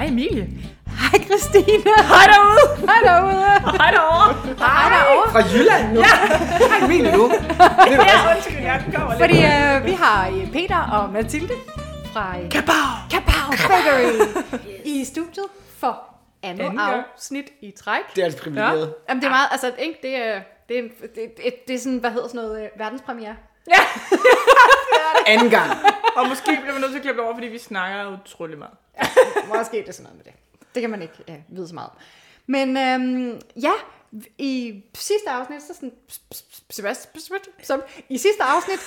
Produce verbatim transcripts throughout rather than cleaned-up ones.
Emilie. Hej Christine. Hej derude. Hej derude. Hej derovre. Hej derovre. Fra Jylland nu. Ja. Hej Emilie nu. Ja, undskyld, jeg kommer lidt. Fordi øh, vi har øh, Peter og Mathilde fra øh, Kapow. Kapow Bakery i studiet for andet Anden gang. afsnit i træk. Det er altså privilegeret. Ja. Jamen det er meget, altså ikke, det er, det er, det, det, det er sådan, hvad hedder sådan noget, øh, verdenspremiere. Ja. Anden gang. Og måske bliver vi nødt til at klippe over, fordi vi snakker utrolig meget. Måske er det sådan noget med det. Det kan man ikke øh, vide så meget om. Men øhm, ja, i sidste afsnit, så sådan, som i sidste afsnit,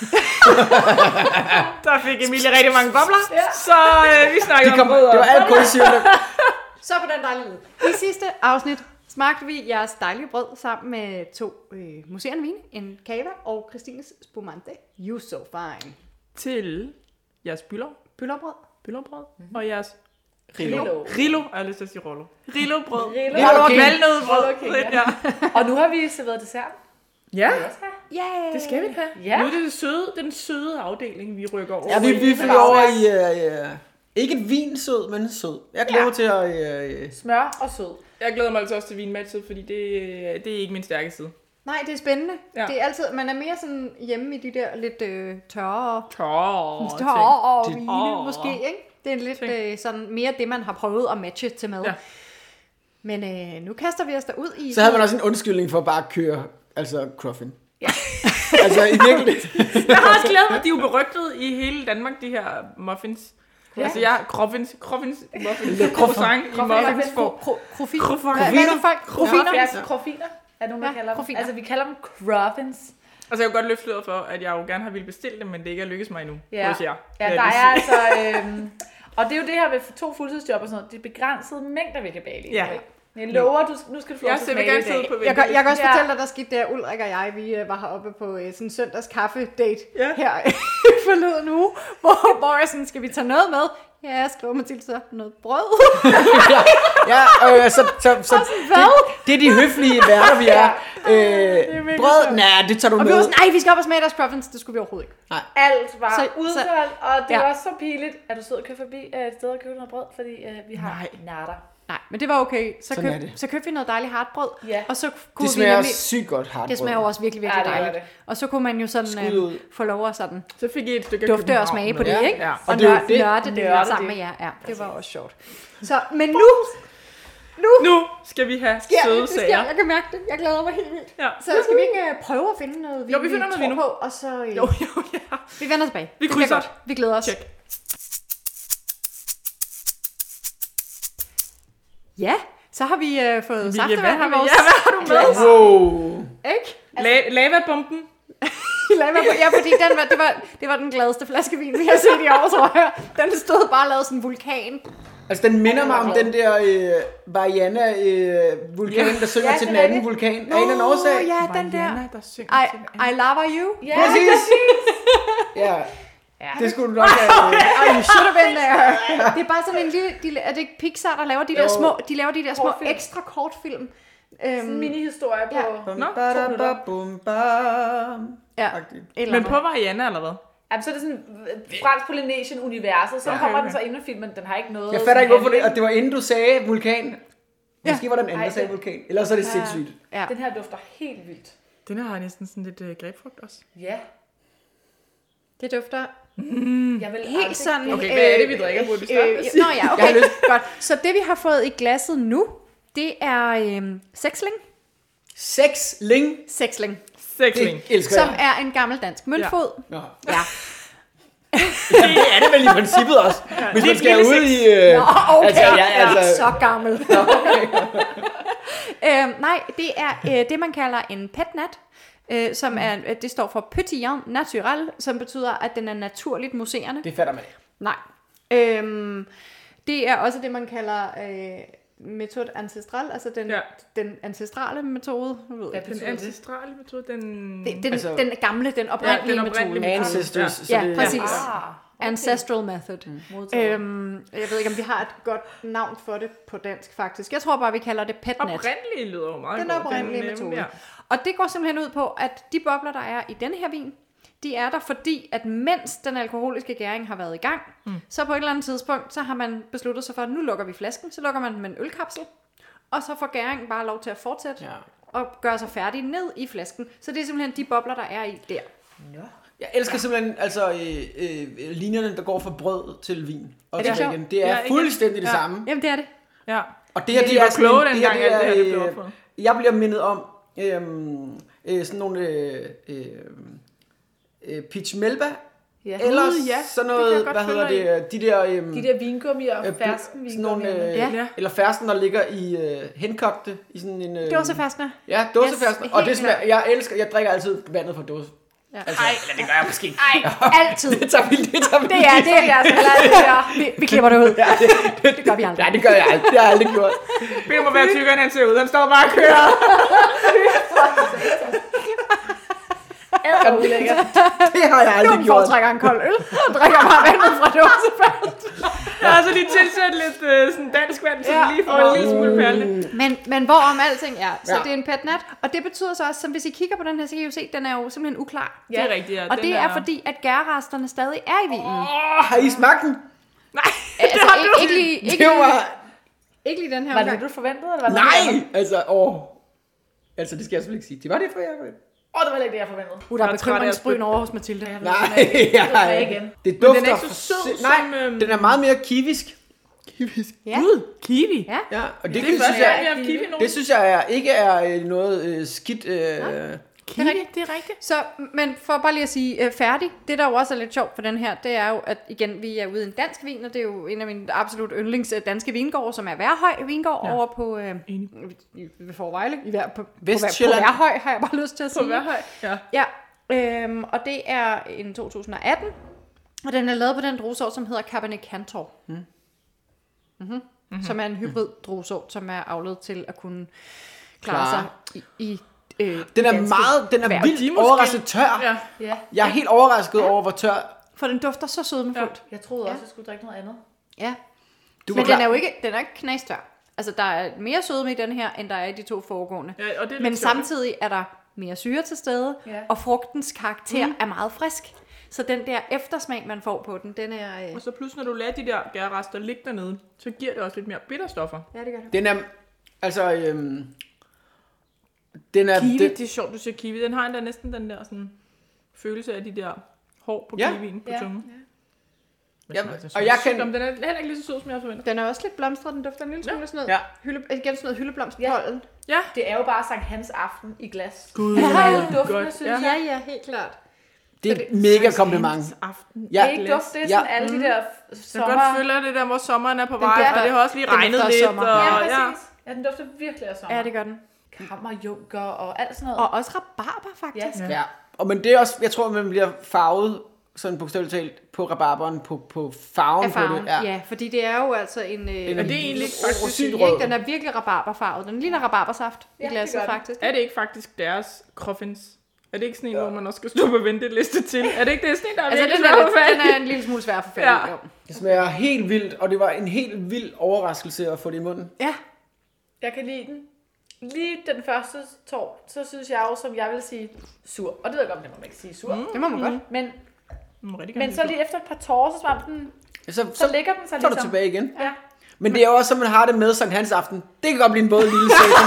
Der fik Emilie rigtig mange bobler, ja. Så øh, vi snakker De kom, om brød. det var alt kulsyrende. så på den dejlige lyd. I sidste afsnit smagte vi jeres dejlige brød sammen med to øh, museerne vine, en Cava og Christines Spumante. You so fine. Til jeres byller, Byllerbrød. byllerbrød mm-hmm. og jeres Rillo. Rillo, jeg har lyst til at sige Rollo. Rillo-brød. Rillo. Rillo og King. valnøddebrød. Rillo King, Ja. Og nu har vi serveret dessert. Ja, Yay! det skal vi have. Ja. Nu er det det søde, den søde afdeling, vi rykker over Ja, vi, vi i. flyver over i... Uh, uh, ikke et vinsød, men sød. Jeg glæder mig til at... Uh, Smør og sød. Jeg glæder mig altså også til vinmatchet, fordi det, det er ikke min stærke side. Nej, det er spændende. Ja. Ja. Det er altid, man er mere sådan hjemme i de der lidt øh, tørre, Tørre tørre ting. vine Åh. måske, ikke? Det er lidt Ting. øh, sådan mere det, man har prøvet at matche til mad. Ja. Men øh, nu kaster vi os derud i... så havde man også en undskyldning for at bare køre... Altså, Cruffin. Ja. altså, i virkeligheden... Jeg har også glædet mig, de er jo berygtet i hele Danmark, de her muffins. Ja. Altså, jeg har croffins, croffins muffins, Le croissant i Croffiner. muffins for. Profil. Croffiner. Hvad er det folk? Profiner? Ja, krofiner. Er nogen, der Ja, kalder dem? krofiner. Altså, vi kalder dem croffins. Altså, jeg vil godt løfte sløret for, at jeg jo gerne har ville bestille dem, men det ikke er lykkedes mig endnu. Ja, hos jer. ja Vil der jeg er lige sige. altså... Øhm, og det er jo det her med to fuldtidsjob og sådan noget. Det er begrænsede mængder, vi kan bage lige. Ja. Jeg lover, du, nu skal du få Jeg lov til ser at smage gerne det i sidde dag. på Jeg kan, jeg kan også Ja. fortælle dig, der skete der, Ulrik og jeg, vi øh, var heroppe på øh, sådan en søndags kaffe-date Ja. her forleden uge, hvor, hvor jeg sådan, skal vi tage noget med? Ja, jeg skriver Mathilde så, noget brød. ja, øh, så, så, så hvad? det, det er de høflige værter, vi er. Øh, virkelig brød, sjovt. nej, det tager du Og vi med. var sådan, nej, vi skal op og smage deres croffins. Det skulle vi overhovedet ikke. Alt var Så- udsolgt, og det ja. var så pinligt. Er du sød at køre forbi øh, et sted og købe noget brød? Fordi øh, vi har Nej. natter. Nej, men det var okay. Så, Sådan er køb, det. så købte vi noget dejligt hardbrød, Ja. og så kunne Det vi smager nemlig... sygt godt hardbrød. Det smager jo også virkelig, virkelig Ja, det gør dejligt. det. Og så kunne man jo sådan Skud øh, ud. få lov at sådan Så fik I et stykke dufte og København smage på med. det, Ja. ikke? Ja. Og, Og det er jo nør- det. nørde det Nørde der sammen det. med jer. Ja, det var også sjovt. Så, men nu... Nu Nu skal vi have sker søde det, det sker. sager. Jeg kan mærke det. Jeg glæder mig helt vildt. Ja. Så skal vi ikke øh, prøve at finde noget, vi, Jo, vi finder noget tror vin nu. på, og så... Øh, Jo, jo, ja. Vi vender tilbage. Vi Det bliver krydser. godt. Vi glæder os. Check. Ja, så har vi øh, fået Emilie, saftevand hvad har i vi? vores... Ja, hvad har du med? Wow. Ikke? La- lavabomben. Lad mig på. Ja, fordi den var, det, var, det var den gladeste flaske vin, vi har set i år, tror jeg. Den stod bare lavet sådan en vulkan. Altså, den minder mig om den der øh, Mariana-vulkan, øh, der synger Ja, til det den er anden det. vulkan. Af en eller anden årsag. ja, den der. Mariana, der synger I, til den anden. I love you. Ja, Præcis. Ja, Ja. det skulle du nok have. Oh, you should have been there. Det er bare sådan en lille... De, er det ikke Pixar, der laver de der Jo. små, de laver de der små Kortfilm. ekstra kortfilm? Sådan en Øhm, mini-historie på... Ja. Nå, Bum, bam. ja, Agtigt. et eller Men andet. på Mariana, eller hvad? Jamen, så er det sådan øh, fransk Polynesian-universet, så Ja, kommer okay. den så ind i filmen, den har ikke noget... Jeg fatter ikke, sådan hvorfor det... handling. Og det var inden du sagde vulkan. Ja. Måske var der den anden, Ej, der sagde det- vulkan. Ellers er det sindssygt. Ja. Den her dufter helt vildt. Den her har næsten sådan lidt uh, grebfrugt også. Ja. Det dufter Mm. Jeg vil helt aldrig- sådan... Okay, hvad er det, vi drikker? Burde vi starte med at sige? Nå ja, Jeg har okay, lyst- godt. Så det, vi har fået i glasset nu, det er øhm, seksling. Seks ling. Seksling. Seksling. Det elsker Som jeg. er en gammel dansk møntfod. Nå. Ja. Ja, det er det vel i princippet også. Hvis man skal ud i... Øh, Nå, okay. altså, ja, altså, Så gammel. øhm, nej, det er øh, det, man kalder en petnat. Øh, som er, øh, det står for petit naturel, som betyder, at den er naturligt mousserende. det fatter man ikke. Nej. Øhm, det er også det, man kalder øh, metode ancestral, altså den, Ja. den ancestrale metode. Jeg ved Hvad ikke. Den betyder det? ancestrale metode, den... Den, den, Altså- den gamle, den oprindelige Ja, den oprindelige metode. metode. Ancestors. Ja. Så Ja, det, præcis. Ah, okay. Ancestral method. Modtaget. Øhm, jeg ved ikke, om vi har et godt navn for det på dansk, faktisk. Jeg tror bare, vi kalder det petnat. Oprindelige lyder jo meget Den godt. oprindelige øh, metode. ja. Og det går simpelthen ud på, at de bobler, der er i denne her vin, de er der, fordi at mens den alkoholiske gæring har været i gang, mm. så på et eller andet tidspunkt, så har man besluttet sig for, at nu lukker vi flasken, så lukker man med en ølkapsel, og så får gæringen bare lov til at fortsætte, ja. og gøre sig færdig ned i flasken. Så det er simpelthen de bobler, der er i der. Ja. Jeg elsker simpelthen altså øh, øh, linjerne, der går fra brød til vin. Og er det så igen. Det er ja, fuldstændig det ja. samme. Jamen, det er det. Ja. Og det her, det, det er sådan kloge en, den det her, gang, det er, alt det her, det blev øh, opfundet. jeg bliver mindet om øhm, øh, sådan nogle øh, øh, øh, Peach Melba. Ja. Eller Uh, ja. sådan noget, hvad hedder det, de der... Øhm, De der vingummier og øh, fersken sådan nogle, vingummier. øh, Ja. Eller fersken, der ligger i øh, henkogte i sådan en... Øh, Dåsefastner. Ja, dåsefersken. Yes, og det helt smager, jeg elsker, jeg drikker altid vandet fra dåse. Ja. Altså, Ej, eller det gør jeg måske ikke. Ej, altid. Det tager vi, det tager vi. Det er det, er altså det vi, vi klipper det ud. Ja, det, det, Det gør vi aldrig. Nej, det gør jeg aldrig. Det har jeg aldrig gjort. Peter må være tykkere, end han ser ud. Han står bare og kører. Ad, ulækkert. Det har jeg aldrig Nu gjort. foretrækker en kold øl, og drikker bare vandet fra dåsefast. Jeg har så lige tilsat lidt øh, sådan dansk vand, så Ja. ja. lige får en lille smule perle. Men, men hvorom alting er, så Ja. det er en pet nat, og det betyder så også, som hvis I kigger på den her, så kan I jo se, at den er jo simpelthen uklar. Det er rigtigt, ja. Og Den det er fordi, at gærresterne stadig er i vinen. Åh, har I smagt den? Nej, Altså, ikke, ikke, lige, ikke, Det lige, var... ikke lige den her Var det omgang. det, du forventede? Eller var det noget andet? Nej! Altså, åh. Altså, det skal jeg selvfølgelig ikke sige. Det var det, for jeg var. Åh, det var ikke det, jeg forventede. Uh, der er Jeg er træt af bekymringsbryn over hos Mathilde. Nej, Det ja, var jeg igen. det Men dufter... den er ikke så sød for- som, Nej, øhm, den er meget mere kiwisk. Kiwisk. Ja. Gud, kiwi. Ja. Ja, og det, Det er synes første jeg, gang, vi har haft kiwi nu. det synes jeg er, ikke er øh, noget øh, skidt... Øh, Kiwi, det er rigtigt. Så, men for bare lige at sige øh, færdig, det der jo også er lidt sjovt for den her, det er jo, at igen, vi er ude i en dansk vin, og det er jo en af mine absolut yndlings øh, danske vingårde, som er Værhøj Vingård ja. over på øh, Enig. i- ved Forvejle, i Vær, på, på, Vær- på Vestsjælland. Værhøj, har jeg bare lyst til at sige. På Værhøj. Ja. Ja, øhm, og det er en to tusind atten, og den er lavet på den druesort, som hedder Cabernet Cantor. Mm. Mm-hmm. Mm-hmm. Som er en hybrid druesort, som er avlet til at kunne klare Klare. sig i... i øh, den er danske meget, den er vejr. De vildt måske- overraskende tør. Ja. Ja. Jeg er helt overrasket over, hvor tør... For den dufter så sødmefuldt. Jeg troede også, jeg skulle drikke noget andet. Ja. Du Men var klar. den er jo ikke, den er ikke knastør. Altså, der er mere sødme i den her, end der er i de to foregående. Ja, og det er Men lidt sjovt. samtidig er der mere syre til stede, Ja. og frugtens karakter mm. er meget frisk. Så den der eftersmag, man får på den, den er... Øh... Og så pludselig, når du lader de der gærrester ligge dernede, så giver det også lidt mere bitterstoffer. Ja, det gør det. Den er... Altså, øhm, den er... Kiwi, den, det er sjovt, du siger kiwi. Den har endda næsten den der sådan, følelse af de der hår på Ja. kiwien på Ja. tungen. Ja, Men altså, og jeg kan- sygdom, den er heller ikke lige så sød, som jeg forventer. Den er også lidt blomstret, den dufter en lille smule Ja. ja. sådan noget, Ja. hylde, igen sådan noget hyldeblomstpollen. Ja. Det er jo bare Sankt Hans aften i glas. Gud, Alle duftene, godt. synes Ja. jeg. Ja, ja, helt klart. det er et mega kompliment. Aften. Ja. Ikke duft, det er Ja. sådan alle de der Jeg kan sommer... godt føle det der, hvor sommeren er på vej, dufter- og det har også lige den regnet dufter lidt. sommer. Og, Ja, ja. præcis. Ja, den dufter virkelig af sommer. Ja, det gør den. Kammerjunker og alt sådan noget. Og også rabarber, faktisk. Ja. Ja. Og men det er også... Jeg tror, man bliver farvet, sådan bogstaveligt talt, på rabarberen, på, på farven, Af farven, på det. ja. ja, fordi det er jo altså en... Øh, En Men det er egentlig faktisk, rosinrød. ikke? Den er virkelig rabarberfarvet. Den ligner rabarbersaft Ja, i det glasset, gør den. faktisk. er det ikke faktisk deres coffins? Er det ikke sådan en, hvor man også skal stå på venteliste til? Er det ikke det? Sådan en, der er Altså, virkelig den er, svær at få fat lidt, i? den er en lille smule svær at få fat i. Ja. jo. Det smager helt vildt, og det var en helt vild overraskelse at få det i munden. Ja, Jeg kan lide den. Lige den første tår, så synes jeg jo, som jeg vil sige, sur. Og det ved jeg godt, det må man ikke sige sur. Mm. det må man godt. Men, Mm, rigtig gerne men så lide lige efter et par tårer, så svarer den, Ja, så, så så, ligger den sig så er du ligesom. tilbage igen. Ja. Men det er jo også, som man har det med Sankt Hans aften. Det kan godt blive en både lille satan.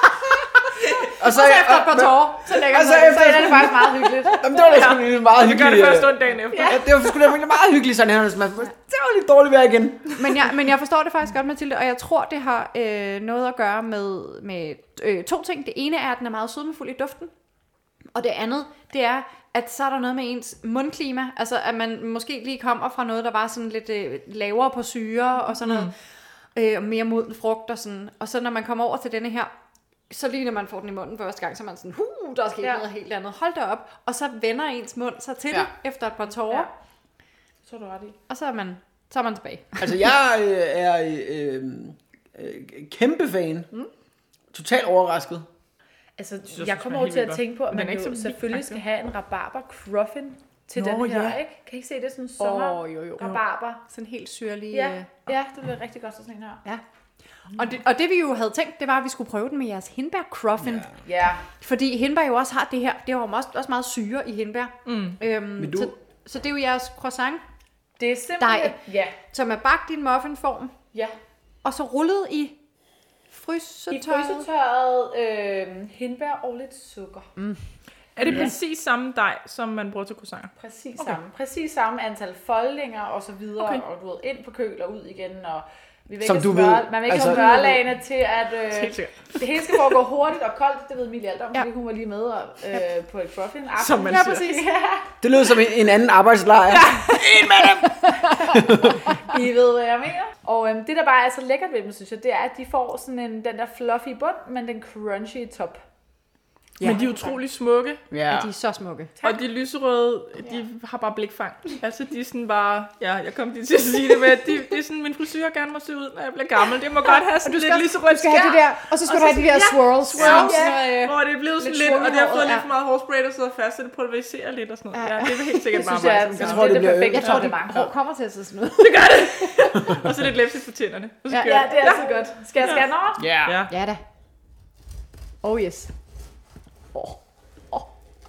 Og så, Og så efter et par men- tårer, så lægger og den så sig. efter- Så er det faktisk meget hyggeligt. Jamen, det var da sgu lige meget det. Vi gør hyggeligt. det først øh, ondt dagen efter. Ja, det var sgu da virkelig meget hyggeligt, sådan her. Man, det var lidt dårligt vejr igen. Men jeg, men jeg forstår det faktisk godt, Mathilde, og jeg tror, det har øh, noget at gøre med, med øh, to ting. Det ene er, at den er meget sødmefuld i duften. Og det andet, det er, at så er der noget med ens mundklima. Altså, at man måske lige kommer fra noget, der var sådan lidt øh, lavere på syre og sådan noget. Mm. Øh, og mere moden frugt og sådan. Og så når man kommer over til denne her, så lige når man får den i munden første gang, så er man sådan, huh, der er sket Ja. noget helt andet. Hold da op. Og så vender ens mund sig til Ja. det efter et par tårer. Ja. Så er du ret i. Og så er man, så er man tilbage. Altså, jeg øh, er øh, øh, kæmpe fan. Mm. Totalt overrasket. Altså, synes, jeg det kommer smager over helt til at vildt tænke på, at Men den man er jo ikke så selvfølgelig vild, skal have en rabarber cruffin til Nå, den her, ja. ikke? Kan I ikke se, det er sådan en sommer Åh, jo, jo. rabarber? Sådan helt syrlig. Ja, øh, ja, det bliver rigtig godt til sådan en her. ja. Og det, og det vi jo havde tænkt, det var, at vi skulle prøve den med jeres hindbær-croffin. Ja. Ja. Fordi hindbær jo også har det her, det er jo også, også meget syre i hindbær. Mm. Øhm, du... så, så det er jo jeres croissant, Det er simpelthen... Dej. Ja. som er bagt i en muffinform, Ja. og så rullet i I frysetørret. frysetørret øh, hindbær og lidt sukker. Mm. Er det præcis samme dej, som man bruger til croissanter? Præcis okay. samme. Præcis samme antal foldninger og så videre. Okay. Og du ved, ind på køl og ud igen. Og vi vil Som ikke du smøre, ved, man vil ikke altså- have smørlagene til, at øh, Helt sikkert. det hele skal foregå hurtigt og koldt. Det ved Emilie alt om, Ja. fordi hun var lige med og, øh, på et croffin aften. Som man Ja, siger. præcis. Det lød som en, en anden arbejdslejr. I ved, hvad jeg mener. Og øhm, det, der bare er så lækkert ved dem, synes jeg, det er, at de får sådan en, den der fluffy bund, men den crunchy top. Ja. Men de er utrolig smukke, Ja. Ja. De er så smukke. og de lyserøde, de har bare blikfang. Altså, de er sådan bare... Ja, jeg kom lige til at sige det, men de, det er sådan, min frisyr gerne må se ud, når jeg bliver gammel. Det må godt have sådan lidt lyserødt Du skal have de der, og så skal Og du så have de der sådan- swirls. swirls. Ja. Ja. Hvor det er blevet sådan Lidt lidt, og det har fået svunget, lidt ja. for meget hårspray, der sidder fast, så det pulveriserer lidt og sådan noget. Ja, det er helt sikkert Det bare synes jeg, mig. altså, som Jeg gør tror, det, det er bliver perfekt. Jeg tror, det mange. hår kommer til at se sådan ud. det. Og så lidt læbstift på tænderne. Og så Ja, kører Ja, det. det er altid godt. Skal jeg skære den over? Ja. Ja. Ja da. Oh yes. Oh. Oh.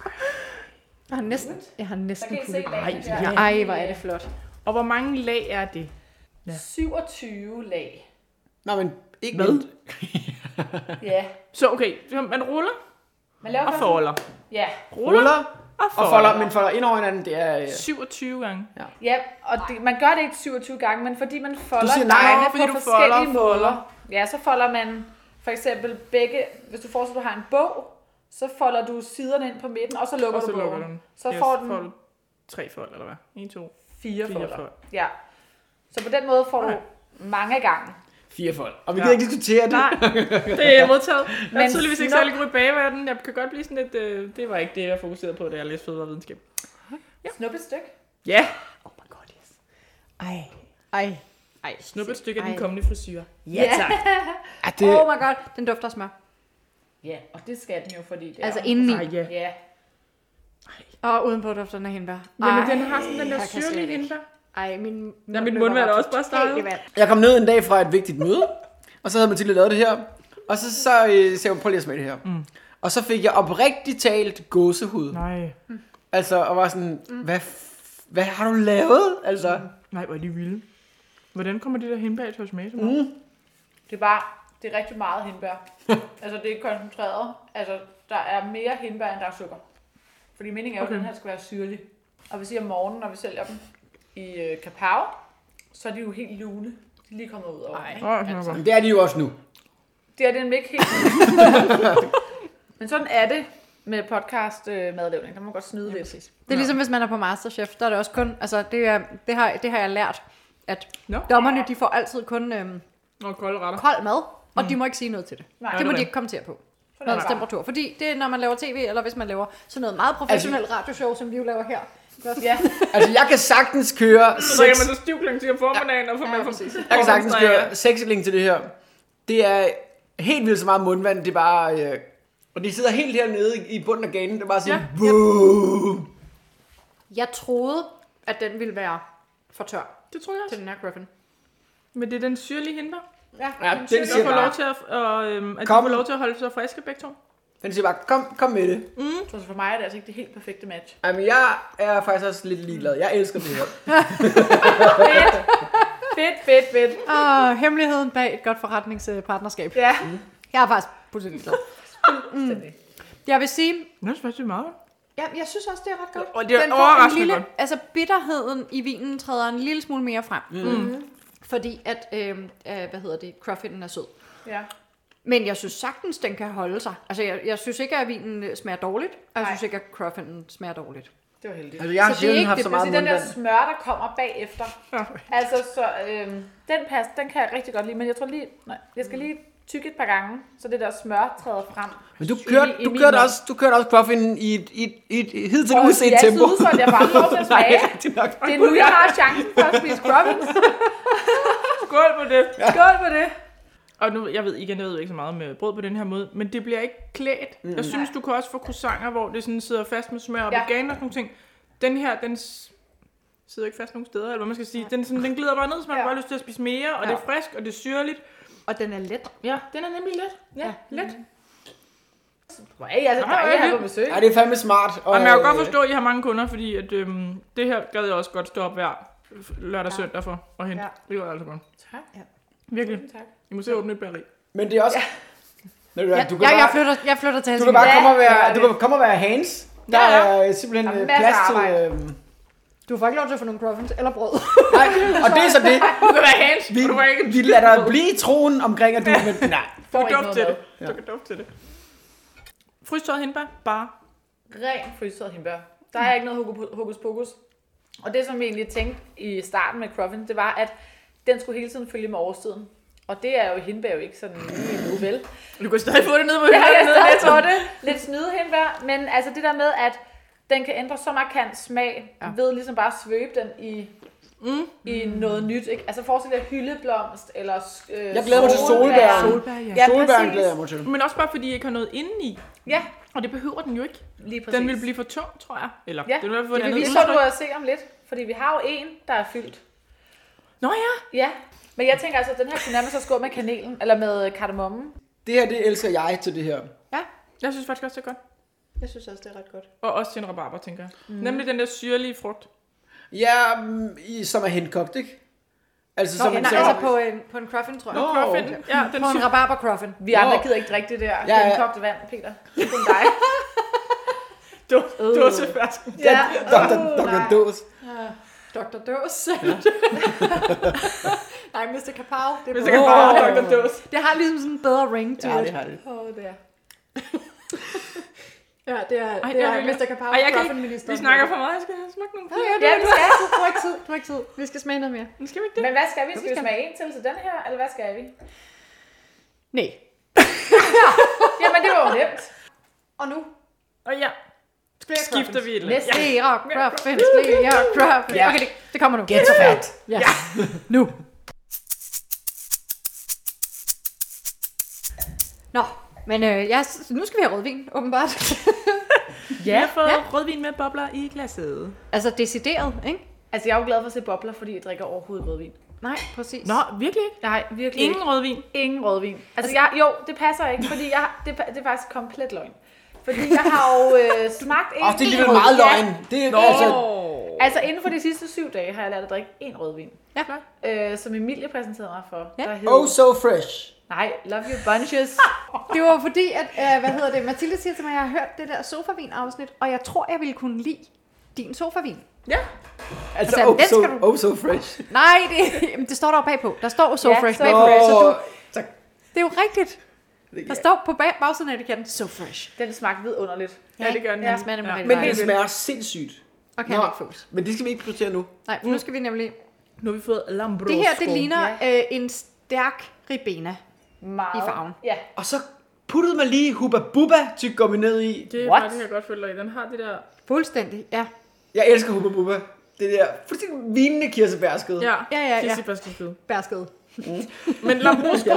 Jeg har næsten, jeg har Så næsten kan I se kulde. lagene Ej, der. Ej, hvor er det flot. Og hvor mange lag er det? syvogtyve lag. Nå, men ikke Hvad? vildt. Ja. Så okay, så man ruller Man laver og først- folder. Ja. Ruller Og og folder. folder, men folder ind over hinanden, det er... øh, syvogtyve gange. Ja, og det, man gør det ikke syvogtyve gange, men fordi man folder Du siger nej, dejene fordi på du forskellige folder, måder. folder. Ja, så folder man for eksempel begge, hvis du forestiller, du har en bog, så folder du siderne ind på midten, og så lukker Og så du lukker bogen. du den. Så Yes, får den får du tre fold, eller hvad? En, to, fire, fire folder. fold. Ja. Så på den måde får du Okay. mange gange. Fire fold. Og vi Ja. kan ikke diskutere det. Nej, det er modtaget. Jeg er Men tydeligvis ikke snop- særlig god i bageverden. Jeg kan godt blive sådan lidt... Øh, det var ikke det, jeg fokuserede på, da jeg læste fødevarevidenskab. Snup et stykke. Ja, Oh my god, yes. Ej, ej, ej. snup et stykke af Ej. den kommende frisyr. Ja, tak. Ja, det, Oh my god, den dufter af smør. Ja, og det skal den jo, fordi det Altså er... indeni. Ej, ja. Ja. Og udenpå dufter den af hindbær. Jamen, Ej, den har sådan den der jeg kan slet syrlige ikke. hindbær. Ej, min Ja, min mund var da også bare startet. jeg kom ned en dag fra et vigtigt møde, og så havde Mathilde lavet det her. Og så, så øh, sagde hun, prøv lige at smage det her. Mm. Og så fik jeg oprigtigt talt gåsehud. Nej. Altså, og var sådan, hvad, f- hvad har du lavet? Altså, Nej, hvor er de vilde. Hvordan kommer det der hindbær til at smage så meget? mm. Det er bare, det er rigtig meget hindbær. Altså det er koncentreret. Altså der er mere hindbær, end der er sukker. Fordi meningen er jo, Okay. at den her skal være syrlig. Og vi siger om morgenen, når vi sælger dem i øh, Kapau, så er de jo helt lune. De er lige kommet ud over. Ej. Ikke? Åh, sådan er godt. Men det er de jo også nu. Det er den ikke helt. Men sådan er det med podcast øh, madlavning. Der må man godt snyde lidt. Det er ligesom, hvis man er på Masterchef, der er det også kun, altså det, er, det, har, det har jeg lært, at Nå. dommerne, de får altid kun øhm, Og kolde retter. kold mad, og de må ikke sige noget til det. Nej, Det må det de er ikke kommentere på. Sådan er det Madens bare. temperatur. Fordi det er, når man laver tv, eller hvis man laver sådan noget meget professionelt radioshow, som vi jo laver her. Ja, Altså, jeg kan sagtens køre Så drikker seks, man så stiv klokken ti om formiddagen, og får Ja, man for præcis. jeg kan sagtens køre seksling til det her. Det er helt vildt så meget mundvand, det er bare... Øh, og de sidder helt hernede i- i bunden af ganen, det er bare sådan, Ja, ja. boom. Jeg troede, at den ville være for tør Det tror jeg til også. den her griffin. Men det er den syrlige hindbær. Ja, Ja, den den siger Jeg siger får bare- lov til at, og, øhm, at de Kom. får lov til at holde sig friske begge to. Den siger bare, kom, kom med det. så for mig er det altså ikke det helt perfekte match. Jamen, jeg er faktisk også lidt ligeglad. Jeg elsker det her. Fedt, fedt, fedt, fedt. Og hemmeligheden bag et godt forretningspartnerskab. Ja, Jeg er faktisk fuldstændig glad. fuldstændig. Jeg vil sige, Nå, det smager meget. ja, jeg synes også, det er ret godt. Og det er Den får en overraskende lille, godt. altså bitterheden i vinen træder en lille smule mere frem. Mm. Fordi at, øh, øh, hvad hedder det, croffinen er sød. Ja. Men jeg synes sagtens, den kan holde sig. Altså, jeg, jeg synes ikke, at vinen øh, smager dårligt, og jeg Nej. synes ikke, at croffinen smager dårligt. Det var heldigt. Altså, jeg har Så det er sjældent ikke haft det- så Jeg meget vil sige, den der mundvand. smør, der kommer bagefter. Ja. Altså, så øhm, den pas, den kan jeg rigtig godt lide, men jeg tror lige, nej, jeg skal lige tykke et par gange, så det der smør træder frem. Men du I- kørte, i du min kørte mund. også, du kørte også Cruffin i et, i et, i et hidtil Og uset ja, tempo. så udsolgt, jeg får aldrig lov til at smage. Nej, det er nok. Det er nu, jeg har chancen for at spise Cruffins. Skål på det. Skål på det. Og nu, jeg ved igen, jeg ved ikke så meget med brød på den her måde, men det bliver ikke klædt. Mm. Jeg synes, du kan også få croissanter, hvor det sådan sidder fast med smør og Ja. vegan og sådan nogle ting. Den her, den s- sidder ikke fast nogen steder, eller hvad man skal sige. Den, sådan, den glider bare ned, så man Ja. har bare lyst til at spise mere, og Ja. det er frisk, og det er syrligt. Og den er let. Ja, den er nemlig let. Ja, ja. let. Hvor er I altså Nå, dejlige okay. her på besøg? Ja, det er fandme smart. Og man kan jo godt øh, forstå, at I har mange kunder, fordi at, øhm, det her gad jeg også godt stå op hver lørdag og Ja. søndag for at hente. Ja. Det var altså godt. Tak. Ja. Virkelig. Tak. I må se åbne et bageri. Men det er også... Ja. Du, Ja, kan jeg, jeg, bare, flytter, jeg flytter til du kan Helsingør. bare komme og være, Ja, du kan komme og være Hans. Der Ja, ja. er simpelthen Der er øh, masser plads af til... arbejde. Øh, Du får ikke lov til at få nogle cruffins eller brød. nej, og det er så det. Du kan være Hans, Vi, og du kan ikke vi lader dig blive i troen omkring, at du... Men, nej. Du Får kan ikke duft noget til mad. det. Du kan duft til det. Frystøjet hindbær, bare. Ren fryseret hindbær. Der er ikke noget hoku- hokus pokus. Og det, som vi egentlig tænkte i starten med Cruffin, det var, at den skulle hele tiden følge med årstiden. Og det er jo hindbær jo ikke sådan lige nu, vel? Du kan stadig få det ned på Jeg hylden. kan ned stadig lidt. få det. Lidt snyde hindbær. Men altså det der med, at den kan ændre så markant smag, Ja. ja. ved ligesom bare at svøbe den i, Mm. i noget nyt. Ikke? Altså forestil dig hyldeblomst, eller øh, Jeg glæder mig til solbær. Solbær, ja. Ja, Solbæren præcis. glæder jeg mig til. Men også bare fordi I ikke har noget indeni. Ja, Og det behøver den jo ikke. lige præcis. Den vil blive for tung, tror jeg. Eller Ja, den vil i hvert fald få det et vil vi andet så du udtryk. at se om lidt. Fordi vi har jo en, der er fyldt. Nå ja. Ja, men jeg tænker altså, at den her kunne nærmest have skåret med kanelen, eller med kardemommen. Det her, det elsker jeg til det her. Ja, Jeg synes faktisk også, det er godt. jeg synes også, det er ret godt. Og også til en rabarber, tænker jeg. Mm. Nemlig den der syrlige frugt. Ja, mm, i, som er henkogt, ikke? Altså, Nå, som nej, som- altså på en, på en cruffin, tror jeg. Nå. Cruffin. Ja, den På en syr- rabarber cruffin. Vi andre Nå. gider ikke drikke det der Ja, ja. genkogte vand, Peter. Det er kun dig. Du, du er til fersken. Ja. doktor doktor Dås. doktor Dås. Nej, mister Kapow. Det, Hvis er jeg kan på- bare doktor Dås. det har ligesom sådan en bedre ring til Ja, det. det har det. Åh, det er. Ja, det er, Ej, det det er er virkelig- mister Kapow, Ej, jeg kan ikke- cruffinministeren. Vi snakker for meget. Jeg skal have smagt nogle Ja, flere. ja, det, Ja, ja, du du skal. skal. Du har ikke tid. Du har ikke tid. Vi skal smage noget mere. Men skal vi ikke det? Men hvad skal vi? Skal vi skal smage en til til den her, eller hvad skal vi? Nej. Jamen, det var jo nemt. Og nu Og ja, flere skifter vi et eller andet. Næste. Flere cruffins, flere cruffins. Ja. Okay, det, det kommer nu. Get so fat. Ja. Nu. Nå, men øh, ja, s- nu skal vi have rødvin, åbenbart. Vi har fået Ja. rødvin med bobler i glasset. Altså decideret, ikke? Altså, jeg er jo glad for at se bobler, fordi jeg drikker overhovedet rødvin. Nej, præcis. Nå, virkelig ikke? Nej, virkelig Ingen ikke. rødvin. Ingen rødvin. Altså, jeg, jo, det passer ikke, fordi jeg, det, det er faktisk komplet løgn. Fordi jeg har jo øh, smagt en Åh, det er alligevel rødvin. meget Ja. løgn. Det er Nå. altså... Altså, inden for de sidste syv dage har jeg lært at drikke en rødvin. Ja. Øh, som Emilie præsenterede mig for. Ja. Der hed... Oh, so fresh. Nej, love you bunches. Det var fordi, at, øh, hvad hedder det, Mathilde siger til mig, at jeg har hørt det der sofavin-afsnit, og jeg tror, jeg ville kunne lide din sofavin. Ja. Altså, Altså, oh, den so, skal du- oh, so fresh. Nej, det, jamen, det står der jo bagpå. Der står so Ja, fresh so bagpå. fresh. Så du, tak. det er jo rigtigt. Der står på bag, bagsiden af etiketten, so fresh. Den smagte vidunderligt. Ja, det gør den. Ja, den smager nemlig Ja. rigtig Men det dejligt. smager sindssygt. Og kan Nå, ikke fås. men det skal vi ikke prioritere nu. Nej, for nu skal vi nemlig... Nu har vi fået Lambrosco. Det her, det ligner øh, en stærk ribena. Meget. I farven. Ja. Og så puttede man lige Hubba Bubba tyggegummi ned i. Det er What? faktisk, jeg godt følge dig i. Den har det der... Fuldstændig, ja. Jeg elsker Hubba Bubba. Det der fuldstændig vinende kirsebærskede. Ja, Ja, ja, ja. kirsebærskede. Bærskede. Men Lambrosco,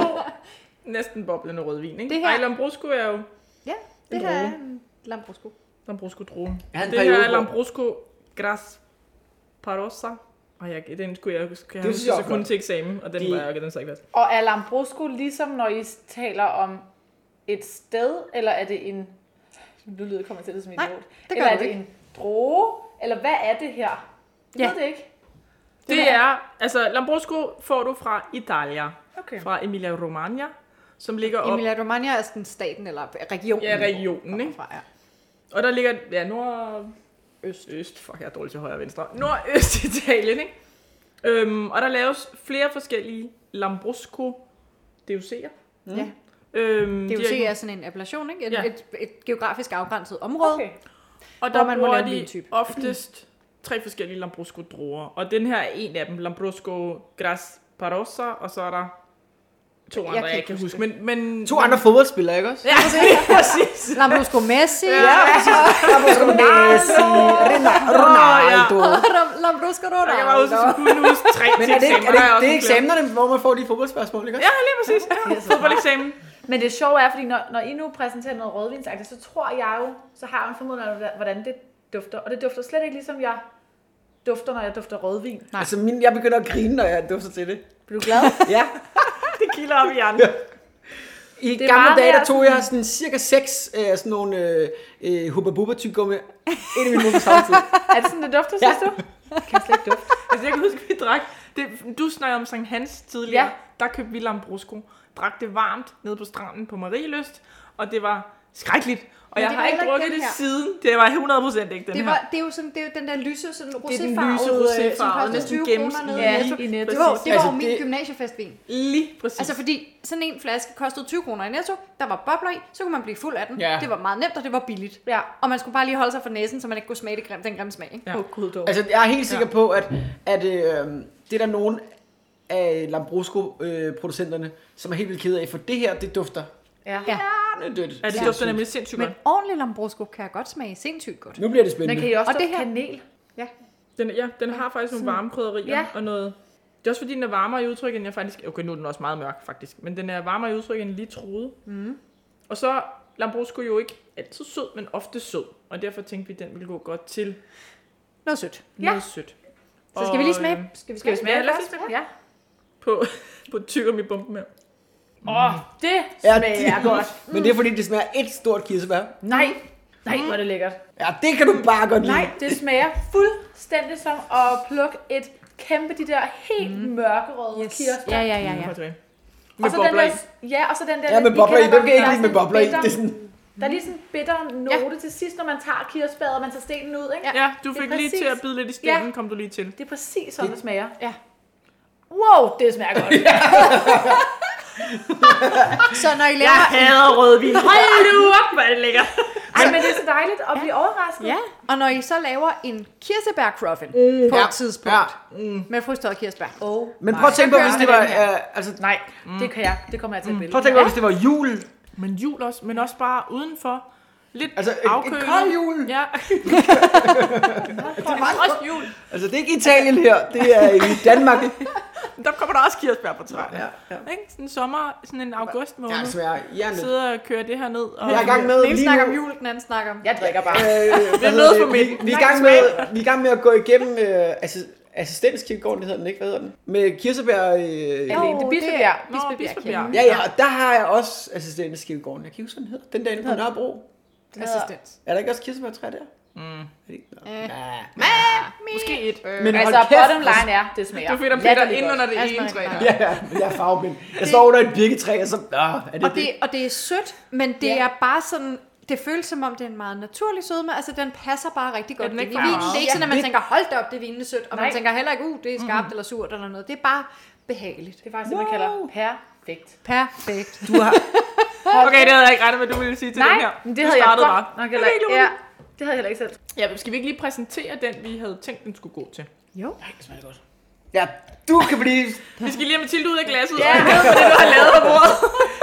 næsten boblende rødvin, ikke? Det her- Ej, Lambrosco er jo Ja, det En her er droge. en Lambrosco. Lambrosco druen. Jeg havde en Det periode, her er hvor- Lambrosco Gras Parossa. Og jeg, den skulle jeg huske, jeg Det huske synes jeg så også kun godt. til eksamen, og den De- var jeg den så ikke fast. Og er Lambrosco ligesom, når I taler om et sted, eller er det en... Nu lyder kommer til det som en Nej, idiot. det gør Eller er du det ikke. en droge? Eller hvad er det her? Jeg Ja. ved det ikke. Det er, altså Lambrosco får du fra Italia, Okay. fra Emilia Romagna, som ligger op, Emilia Romagna er sådan staten eller regionen. ja, regionen, ikke? Fra, ja. Og der ligger, ja, nord... Øst. Øst. Fuck, jeg er dårlig til højre og venstre. Nordøst Italien, ikke? Øhm, og der laves flere forskellige Lambrosco D U C'er. ja. Øhm, Det de vil sige er- er sådan en appellation, ikke? Et, Ja. et, et geografisk afgrænset område. Okay. Og hvor der man må bruger lave en de vintype. oftest tre forskellige Lambrosco-druer. Og den her er en af dem, Lambrosco Gras Parossa, og så er der to andre, jeg, kan jeg ikke kan huske huske. Men, men, To andre fodboldspillere, ikke også? Ja, præcis. Lambrosco Messi. Ja. Ronaldo. Messi, Ronaldo. Lam- Lambrosco Jeg kan bare huske, Ronaldo. at kunne huske tre Men til er det, eksamen. er Der er det, det er også en eksamenerne, hvor man får de fodboldspørgsmål, ikke også? flere. Ja, lige præcis. Ja, fodboldeksamen. Men det sjove er, fordi når, når I nu præsenterer noget rødvinsagtigt, så tror jeg jo, så har jeg en formodning om, hvordan det dufter. Og det dufter slet ikke ligesom jeg dufter, når jeg dufter rødvin. Altså, min, jeg begynder at grine, når jeg dufter til det. Bliver du glad? Ja. Det kilder op i hjernen. I Det er gamle meget dage, der mere tog jeg sådan cirka seks øh, sådan nogle øh, øh, Hubba Bubba tyggegummi ind i min mund på samme tid. Er det sådan, det dufter, synes Ja. du? Det kan slet ikke dufte. Altså, jeg kan huske, vi drak... Det, du snakkede om Sankt Hans tidligere. Ja. Der købte vi Lambrusco. Drak det varmt nede på stranden på Marielyst. Og det var skrækkeligt. Og Men jeg det har var ikke heller ikke drukket den det her. siden. Det var hundrede procent ikke den Det, her. var, det, er jo sådan, det er jo den der lyse, sådan Det er den roséfarvede, lyse øh, som roséfarvede, koster næsten tyve gennems kroner nede i- i Netto. i Netto. Det var, det var Altså, jo min det- gymnasiefestvin. Lige præcis. Altså fordi sådan en flaske kostede tyve kroner i Netto, der var bobler i, så kunne man blive fuld af den. Ja. Det var meget nemt, og det var billigt. Ja. Og man skulle bare lige holde sig for næsen, så man ikke kunne smage det grim, den grimme smag. Ikke? Ja. Åh, oh, gud dog. Altså, jeg er helt sikker på, at, at øh, det er der nogen af Lambrusco-producenterne, som er helt vildt kede af, for det her, det dufter Ja. Ja. dødt. Ja, det dufter nemlig sindssygt Men godt. ordentlig Lambrusco kan jeg godt smage sindssygt godt. Nu bliver det Men spændende. kan I også Og det dufte her- kanel? Ja. Den, ja, den har faktisk nogle varme krydderier Ja. og noget... Det er også fordi, den er varmere i udtryk, end jeg faktisk... Okay, nu er den også meget mørk, faktisk. Men den er varmere i udtryk, end jeg lige troede. Mm. Og så er Lambrusco jo ikke altid sød, men ofte sød. Og derfor tænkte vi, at den ville gå godt til Noget sødt. Ja. noget sødt. Så skal vi lige smage. øh, Skal vi Skal vi smage Ja, det lad os først? lige Ja. på, på tyggegummi-bumpen her. Åh, oh, det Ja, smager det- godt. Men det er fordi, det smager et stort kirsebær. Nej, nej, hvor er det lækkert. Ja, det kan du bare godt lide. Nej, det smager fuldstændig som at plukke et kæmpe, de der helt mm. mørkerøde yes. kirsebær. Ja, ja, ja, ja. Med Og så bobler den i. der, ja, og så den der... Ja, med I bobler i. kender Dem kan jeg ikke godt, lide med der er bobler i. sådan Det er sådan... Der er lige sådan en bitter note til sidst, når man tager kirsebæret, og man tager stenen ud, ikke? Ja, du Det er fik lige præcis- til at bide lidt i stenen, Ja. kom du lige til. Det er præcis sådan, det smager. Ja. Wow, det smager godt. Så når I laver... Jeg hader rødvin. Hold nu op, hvor er det lækkert. Ej, men det er så dejligt at blive overrasket. Ja, og når I så laver en kirsebær-cruffin mm. på Ja. et tidspunkt Ja. mm. med frosteret kirsebær. Oh, Men prøv at tænke på, gør hvis jeg det var... den her. Uh, altså, nej, mm. det kan jeg. Det kommer jeg til at billede. prøv at tænke på, hvis det var jul. Men jul også, men også bare udenfor. Lidt Altså, et, afkølet. et kold jul. Ja, Det er meget også jul. Altså, det er ikke Italien her. Det er i Danmark. Der kommer der også kirsebær på træet. Ja, ja. Ikke? Sådan en sommer, sådan en august måned. Ja, det smager hjernet. Sidder og kører det her ned. Og Jeg er i gang med Den ene lige snakker nu... om jul, den anden snakker om... Jeg drikker bare. Øh, Det er noget for mig. Vi, vi, er i gang med, vi er i gang med at gå igennem øh, assi- assistenskirkegården, det hedder den ikke, hvad hedder den? Med kirsebær... Øh, Alene. Det er Åh, Bispebjerg. Nå, Bispebjerg. ja, ja, og der har jeg også assistenskirkegården. Jeg kan ikke huske, hvad den hedder. Den der inde på Nørrebro. Assistent. Er der ikke også kirsebærtræ der? Mm. Er det ikke? Nå. Øh. Ja. Måske et. Men Altså, hold kæft, bottom line er, det smager. Du finder Peter latterligt ind godt. under det Altså, ene man- træ. ja. der. Ja, men jeg er farveblind. Jeg står under et birketræ, og så... Nå, er det Og det? det, og det er sødt, men det Ja. er bare sådan... Det føles som om, det er en meget naturlig sødme. Altså, den passer bare rigtig godt den ind ikke i for vinen. meget? Det er ikke sådan, at man Det- tænker, hold da op, det er vinende sødt. Og Nej. man tænker heller ikke, uh, det er skarpt eller surt eller noget. Det er bare behageligt. Det er faktisk det, man kalder perfekt. Perfekt. Du har... Okay, det havde jeg ikke regnet med, du ville sige til den Nej, her. men Du det havde jeg startede godt bare. nok heller ikke. Ja, det havde jeg heller ikke selv. Ja, skal vi ikke lige præsentere den, vi havde tænkt, den skulle gå til? Jo. Nej, det smager godt. Ja, du kan blive... Vi skal lige have Mathilde ud af glasset, Ja. og ned på det, du har lavet på bordet.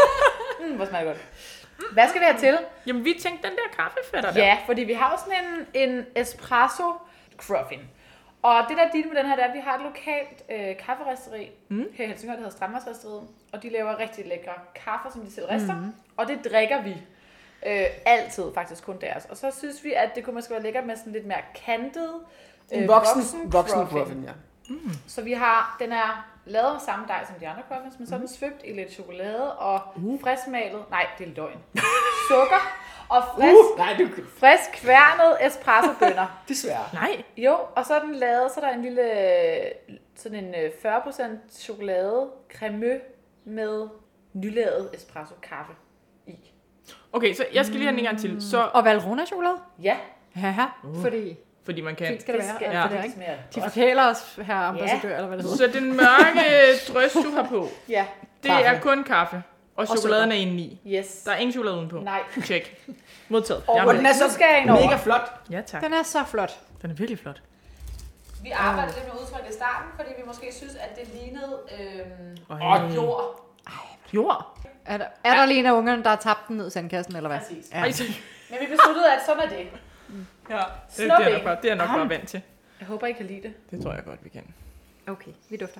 Mm, hvor smager det godt. Hvad skal vi have til? Jamen, vi tænkte den der kaffefætter der. Ja, fordi vi har jo sådan en, en espresso cruffin. Og det der er dit med den her, det er, at vi har et lokalt øh, kafferisteri mm. her i Helsingør, der hedder Strandmarksristeriet. Og de laver rigtig lækre kaffer, som de selv rister. Mm. Og det drikker vi øh, altid, faktisk kun deres. Og så synes vi, at det kunne måske være lækkert med sådan lidt mere kantet En øh, voksen, voksen cruffin. cruffin, ja. Så vi har, den er lavet med samme dej som de andre cruffins, men så er den svøbt i lidt chokolade og uh. friskmalet, nej, det er løgn, sukker og frisk, Uh, nej, du kan... frisk kværnet espresso-bønner. Desværre. Nej. Jo, og så er den lavet, så er der en lille, sådan en øh, fyrre procent chokolade cremeux med nylavet espresso kaffe i. Okay, så jeg skal lige have den en gang til. Så, Og Valrhona-chokolade? Ja, Haha, fordi fordi man kan. fint skal det det være. skal Ja, ja. det er det ikke. smager De godt. forkæler os, her ambassadør, eller hvad det hedder. Så den mørke drøs, du har på, Ja, det Kaffe. er kun kaffe. Og chokoladen er indeni. yes. Der er ingen chokolade udenpå. Nej. Check. Modtaget. Og Jeg er Og med. den er så Nu skal jeg ind over. mega flot. Ja, tak. Den er så flot. Den er virkelig flot. Vi arbejdede lidt med udtryk i starten, fordi vi måske synes, at det lignede øhm, Øj. jord. Jord. Er der, er der lige en af ungerne, der har tabt den ned i sandkassen, eller hvad? Præcis. Ja. Ej, så... Men vi besluttede, at sådan er det. Ja, det, det, Slå er væk. nok bare, det er jeg nok bare vant til. Jeg håber, I kan lide det. Det tror jeg godt, vi kan. Okay, vi dufter.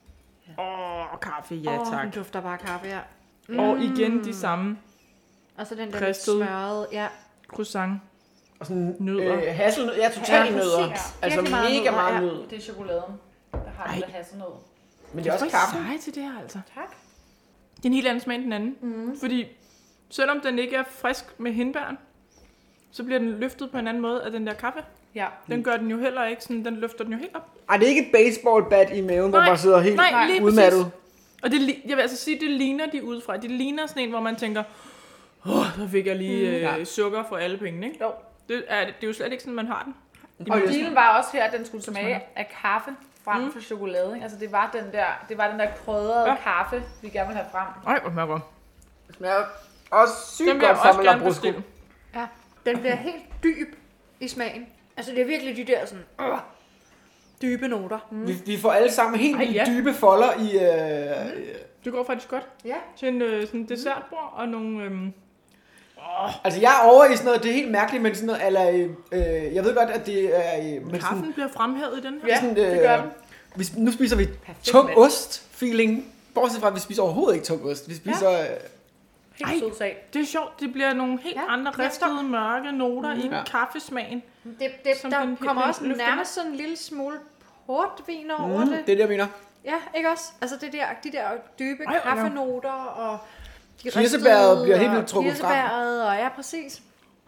Åh, oh, kaffe, ja Åh, tak. den dufter bare kaffe, ja. Og igen de samme Og så den der Kristet. lidt smørrede, ja. croissant. Og sådan Nødder. Øh, hasselnød. Ja, totalt Ja, ja, nødder. præcis. Altså Virkelig meget mega nødder, meget ja. nød. Det er chokoladen, der har Ej. den der hasselnød. Men det er også Jeg er kaffe. sej til det her, altså. Tak. Det er en helt anden smag end den anden. Mm. Fordi selvom den ikke er frisk med hindbæren, så bliver den løftet på en anden måde af den der kaffe. Ja. Den gør den jo heller ikke sådan, den løfter den jo helt op. Ej, det er ikke et baseballbat i maven, hvor man sidder helt nej, lige udmattet. præcis. Og det, jeg vil altså sige, det ligner de udefra. Det ligner sådan en, hvor man tænker, åh, der fik jeg lige mm, øh, sukker for alle pengene, ikke? Jo. Det er, det er jo slet ikke sådan, man har den. Og dealen var også her, at den skulle smage af kaffe frem mm. for chokolade. Ikke? Altså det var den der, det var den der krydrede ja. kaffe, vi gerne vil have frem. Ej, hvor smager godt. Det smager også sygt Den vil jeg godt også sammen gerne med lambrusco. bestille. Ja, den bliver helt dyb i smagen. Altså det er virkelig de der sådan øh, dybe noter. Mm. Vi, vi får alle sammen helt Ej, ja. dybe folder i... Øh, Mm. Det går faktisk godt. Ja. Til en øh, sådan dessertbord og nogle... Øhm, Altså, jeg er over i sådan noget, det er helt mærkeligt, men sådan noget, eller, øh, jeg ved godt, at det er... Øh, men kaffen sådan, bliver fremhævet i den her. Ja, sådan, det gør den. Vi, nu spiser vi Perfekt tung mand. ost-feeling, bortset fra, at vi spiser overhovedet ikke tung ost. Vi spiser... Ja. Øh, Helt Ej. sød sag. Det er sjovt, det bliver nogle helt Ja, ja, andre jeg ristede mørke noter mm. i Ja. kaffesmagen. Det, det, Som der den- kommer den også løfter nærmest sådan en lille smule portvin over mm, det. det er det, jeg mener. Ja, ikke også? Altså det der, de der dybe Ej, ja. kaffenoter og de Kirsebæret ristede bliver helt og vildt trukket frem. kirsebæret, og ja, præcis.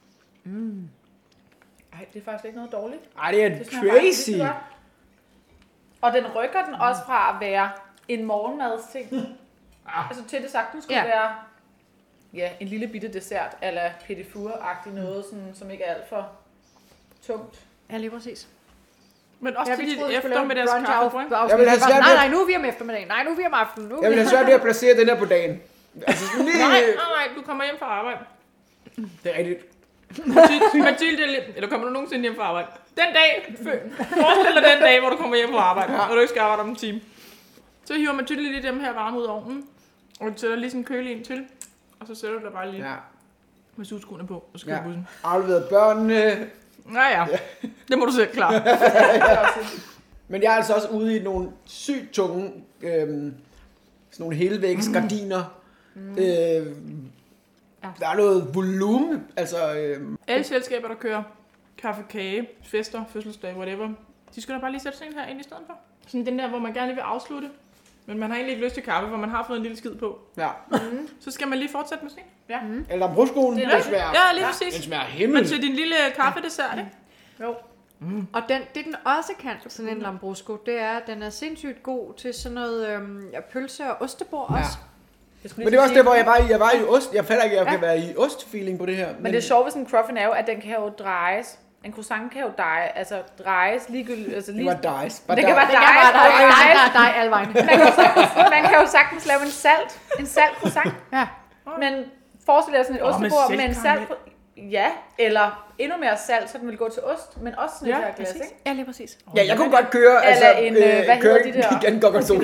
Ej, det er faktisk ikke noget dårligt. Ej, det er Det smager faktisk crazy. rigtig godt. Og den rykker den også fra at være en morgenmadsting. Altså til det sagtens skulle Ja. være ja, en lille bitte dessert, eller petit four-agtigt noget, sådan, som ikke er alt for tungt. Ja, lige præcis. Men også Ja, til vi dit troede, vi skulle lave eftermiddags brunch kaffe, af- ikke? afsnit. Jeg vil have Vi var sådan, svært Nej, ved- nej, nu er vi om eftermiddagen. Nej, nu er vi om aftenen. Nu er Jeg vil vi... have svært ved at placere den her på dagen. Altså, sådan lige... Nej, nej, nej, du kommer hjem fra arbejde. Det er rigtigt. Mathilde, Mathilde, eller kommer du nogensinde hjem fra arbejde? Den dag, forestil dig den dag, hvor du kommer hjem fra arbejde, og du ikke skal arbejde om en time. Så hiver Mathilde lige dem her varme ud af ovnen, og du sætter lige sådan en køle en til, og så sætter du der bare lige Ja. med sudskoene på, og så skal Ja. du bussen. Afleveret børnene. Ja, ja, det må du selv klare. Men jeg er altså også ude i nogle sygt tunge, øhm, sådan nogle helvæggs gardiner. Mm. Øh, der er noget volumen, altså... Øhm, Alle selskaber, der kører kaffe, kage, fester, fødselsdag, whatever, de skal da bare lige sætte sådan en her ind i stedet for. Sådan den der, hvor man gerne lige vil afslutte, men man har egentlig ikke lyst til kaffe, hvor man har fået en lille skid på. ja. Så skal man lige fortsætte med sådan en. Ja. Eller brudskoen, Det er den rigtigt. smager, Ja, lige Ja. præcis. den smager Men himmel. til din lille kaffedessert, ikke? Jo. Og den, det den også kan, sådan en lambrusco, det er, at den er sindssygt god til sådan noget øhm, ja, pølse og ostebord Ja. også. Jeg skulle Men lige det var også sige- det, hvor jeg var i, jeg var i ost. Jeg fatter ikke, at jeg Ja. kan være i ost-feeling på det her. Men det sjove ved sådan en cruffin er jo, at den kan jo drejes. En croissant kan jo dreje, altså drejes ligegyldigt. Altså det lige... var dice. Bare Det kan dice. være Det kan bare dig, drejes. dig, dig, dig, alle vejen. Man kan, jo sagtens, man kan jo sagtens lave en salt, en salt croissant. Ja. Men forestil dig sådan et Åh, med ostebord med en saltkaramel. salt. Ja, eller endnu mere salt, så den vil gå til ost, men også sådan et Ja, her glas, præcis. ikke? Ja, lige præcis. Ja, jeg kunne godt køre, Eller altså, en, øh, hvad hedder køre de der? igen gorgonzola.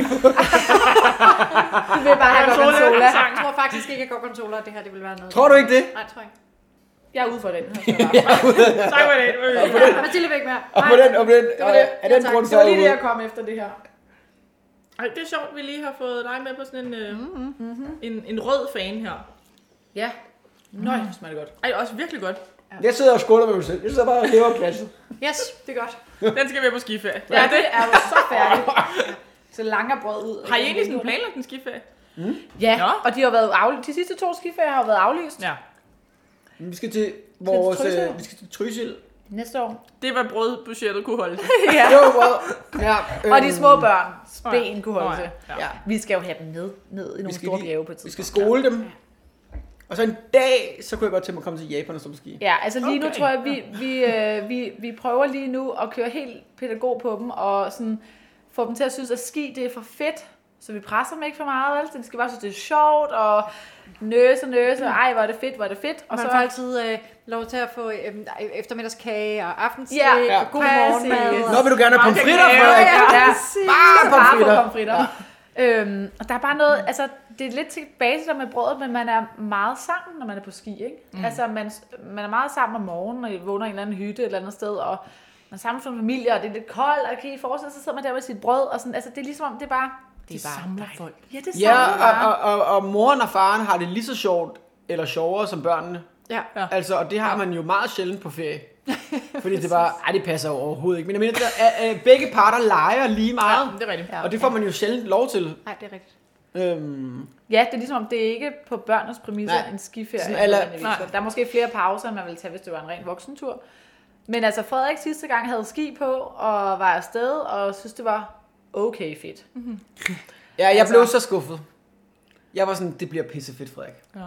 Du vil bare have gorgonzola. Jeg tror faktisk ikke, at gorgonzola, det her det vil være noget. Tror du ikke det? Nej, tror jeg ikke. Jeg er ude for den her. Tak for det. Ja, Mathilde væk med. Og på den, og på den, var og det. af den Ja, tak. grund, Det så var er lige det, jeg jeg kom efter det her. Ej, det er sjovt, vi lige har fået dig med på sådan en, øh, en, en rød fan her. Ja. Nøj, det smager det godt. Ej, også virkelig godt. Jeg sidder og skåler med mig selv. Jeg sidder bare og hæver glasset. Yes, det er godt. Den skal vi på skiferie. Ja, det er jo så færdigt. Så langer brød ud. Har I egentlig sådan planlagt en skiferie? Ja, Nå. og de har været aflyst. De sidste to skiferier har jo været aflyst. Ja. Vi skal til vores... Trysil? Øh, vi skal til Trysil. Næste år. Det var brødbudgettet kunne holde til. Ja. Jo, brød. Ja, Og de øhm, små børn. Ben kunne holde Nå, til. ja. Ja. Vi skal jo have dem ned, ned i nogle skal store lige- bjerge på et Vi skal tidspunkt. skole dem. Og så en dag, så kunne jeg godt tænke mig at komme til Japan og stå på ski. Ja, altså lige nu Okay. tror jeg, vi, vi, øh, vi, vi prøver lige nu at køre helt pædagog på dem, og sådan få dem til at synes, at ski det er for fedt. Så vi presser dem ikke for meget, vel? Så de skal bare synes, det er sjovt, og nøse og nøse, og ej, hvor er det fedt, hvor er det fedt. Og Og så, man får altid øh, lov til at få øh, eftermiddagskage og aftenslik Ja, ja, ja. og god Præcis. morgenmad. Nå, vil du gerne have Mange pomfritter, gaver, Frederik? ja, ja. Bare Bare på pomfritter. pomfritter. Øhm, og der er bare noget, altså det er lidt tilbage til det med brødet, men man er meget sammen, når man er på ski, ikke? Mm. Altså man, man er meget sammen om morgenen, og I vågner i en eller anden hytte et eller andet sted, og man er sammen som familie, og det er lidt koldt, og kan I forestille sig, så sidder man der med sit brød, og sådan, altså det er ligesom om, det er bare, det er De bare samler dejligt. folk. Ja, det Ja, samler bare. og, og, og, og moren og faren har det lige så sjovt, eller sjovere som børnene. Ja. Ja. Altså, og det har man jo meget sjældent på ferie. Fordi det bare, ej, det passer jo overhovedet ikke. Men jeg mener, at, at begge parter leger lige meget. Ja, det er rigtigt. Ja. Og det får man jo sjældent lov til. Nej, det er rigtigt. Øhm, Ja, det er ligesom om, det er ikke på børnenes præmisser Nej. en skiferie. Sådan alla- nødvendigvis. Der er måske flere pauser, end man ville tage, hvis det var en ren voksentur. Men altså, Frederik sidste gang havde ski på, og var afsted, og synes, det var okay fedt. ja, jeg Altså- blev så skuffet. Jeg var sådan, det bliver pissefedt, Frederik. Ja.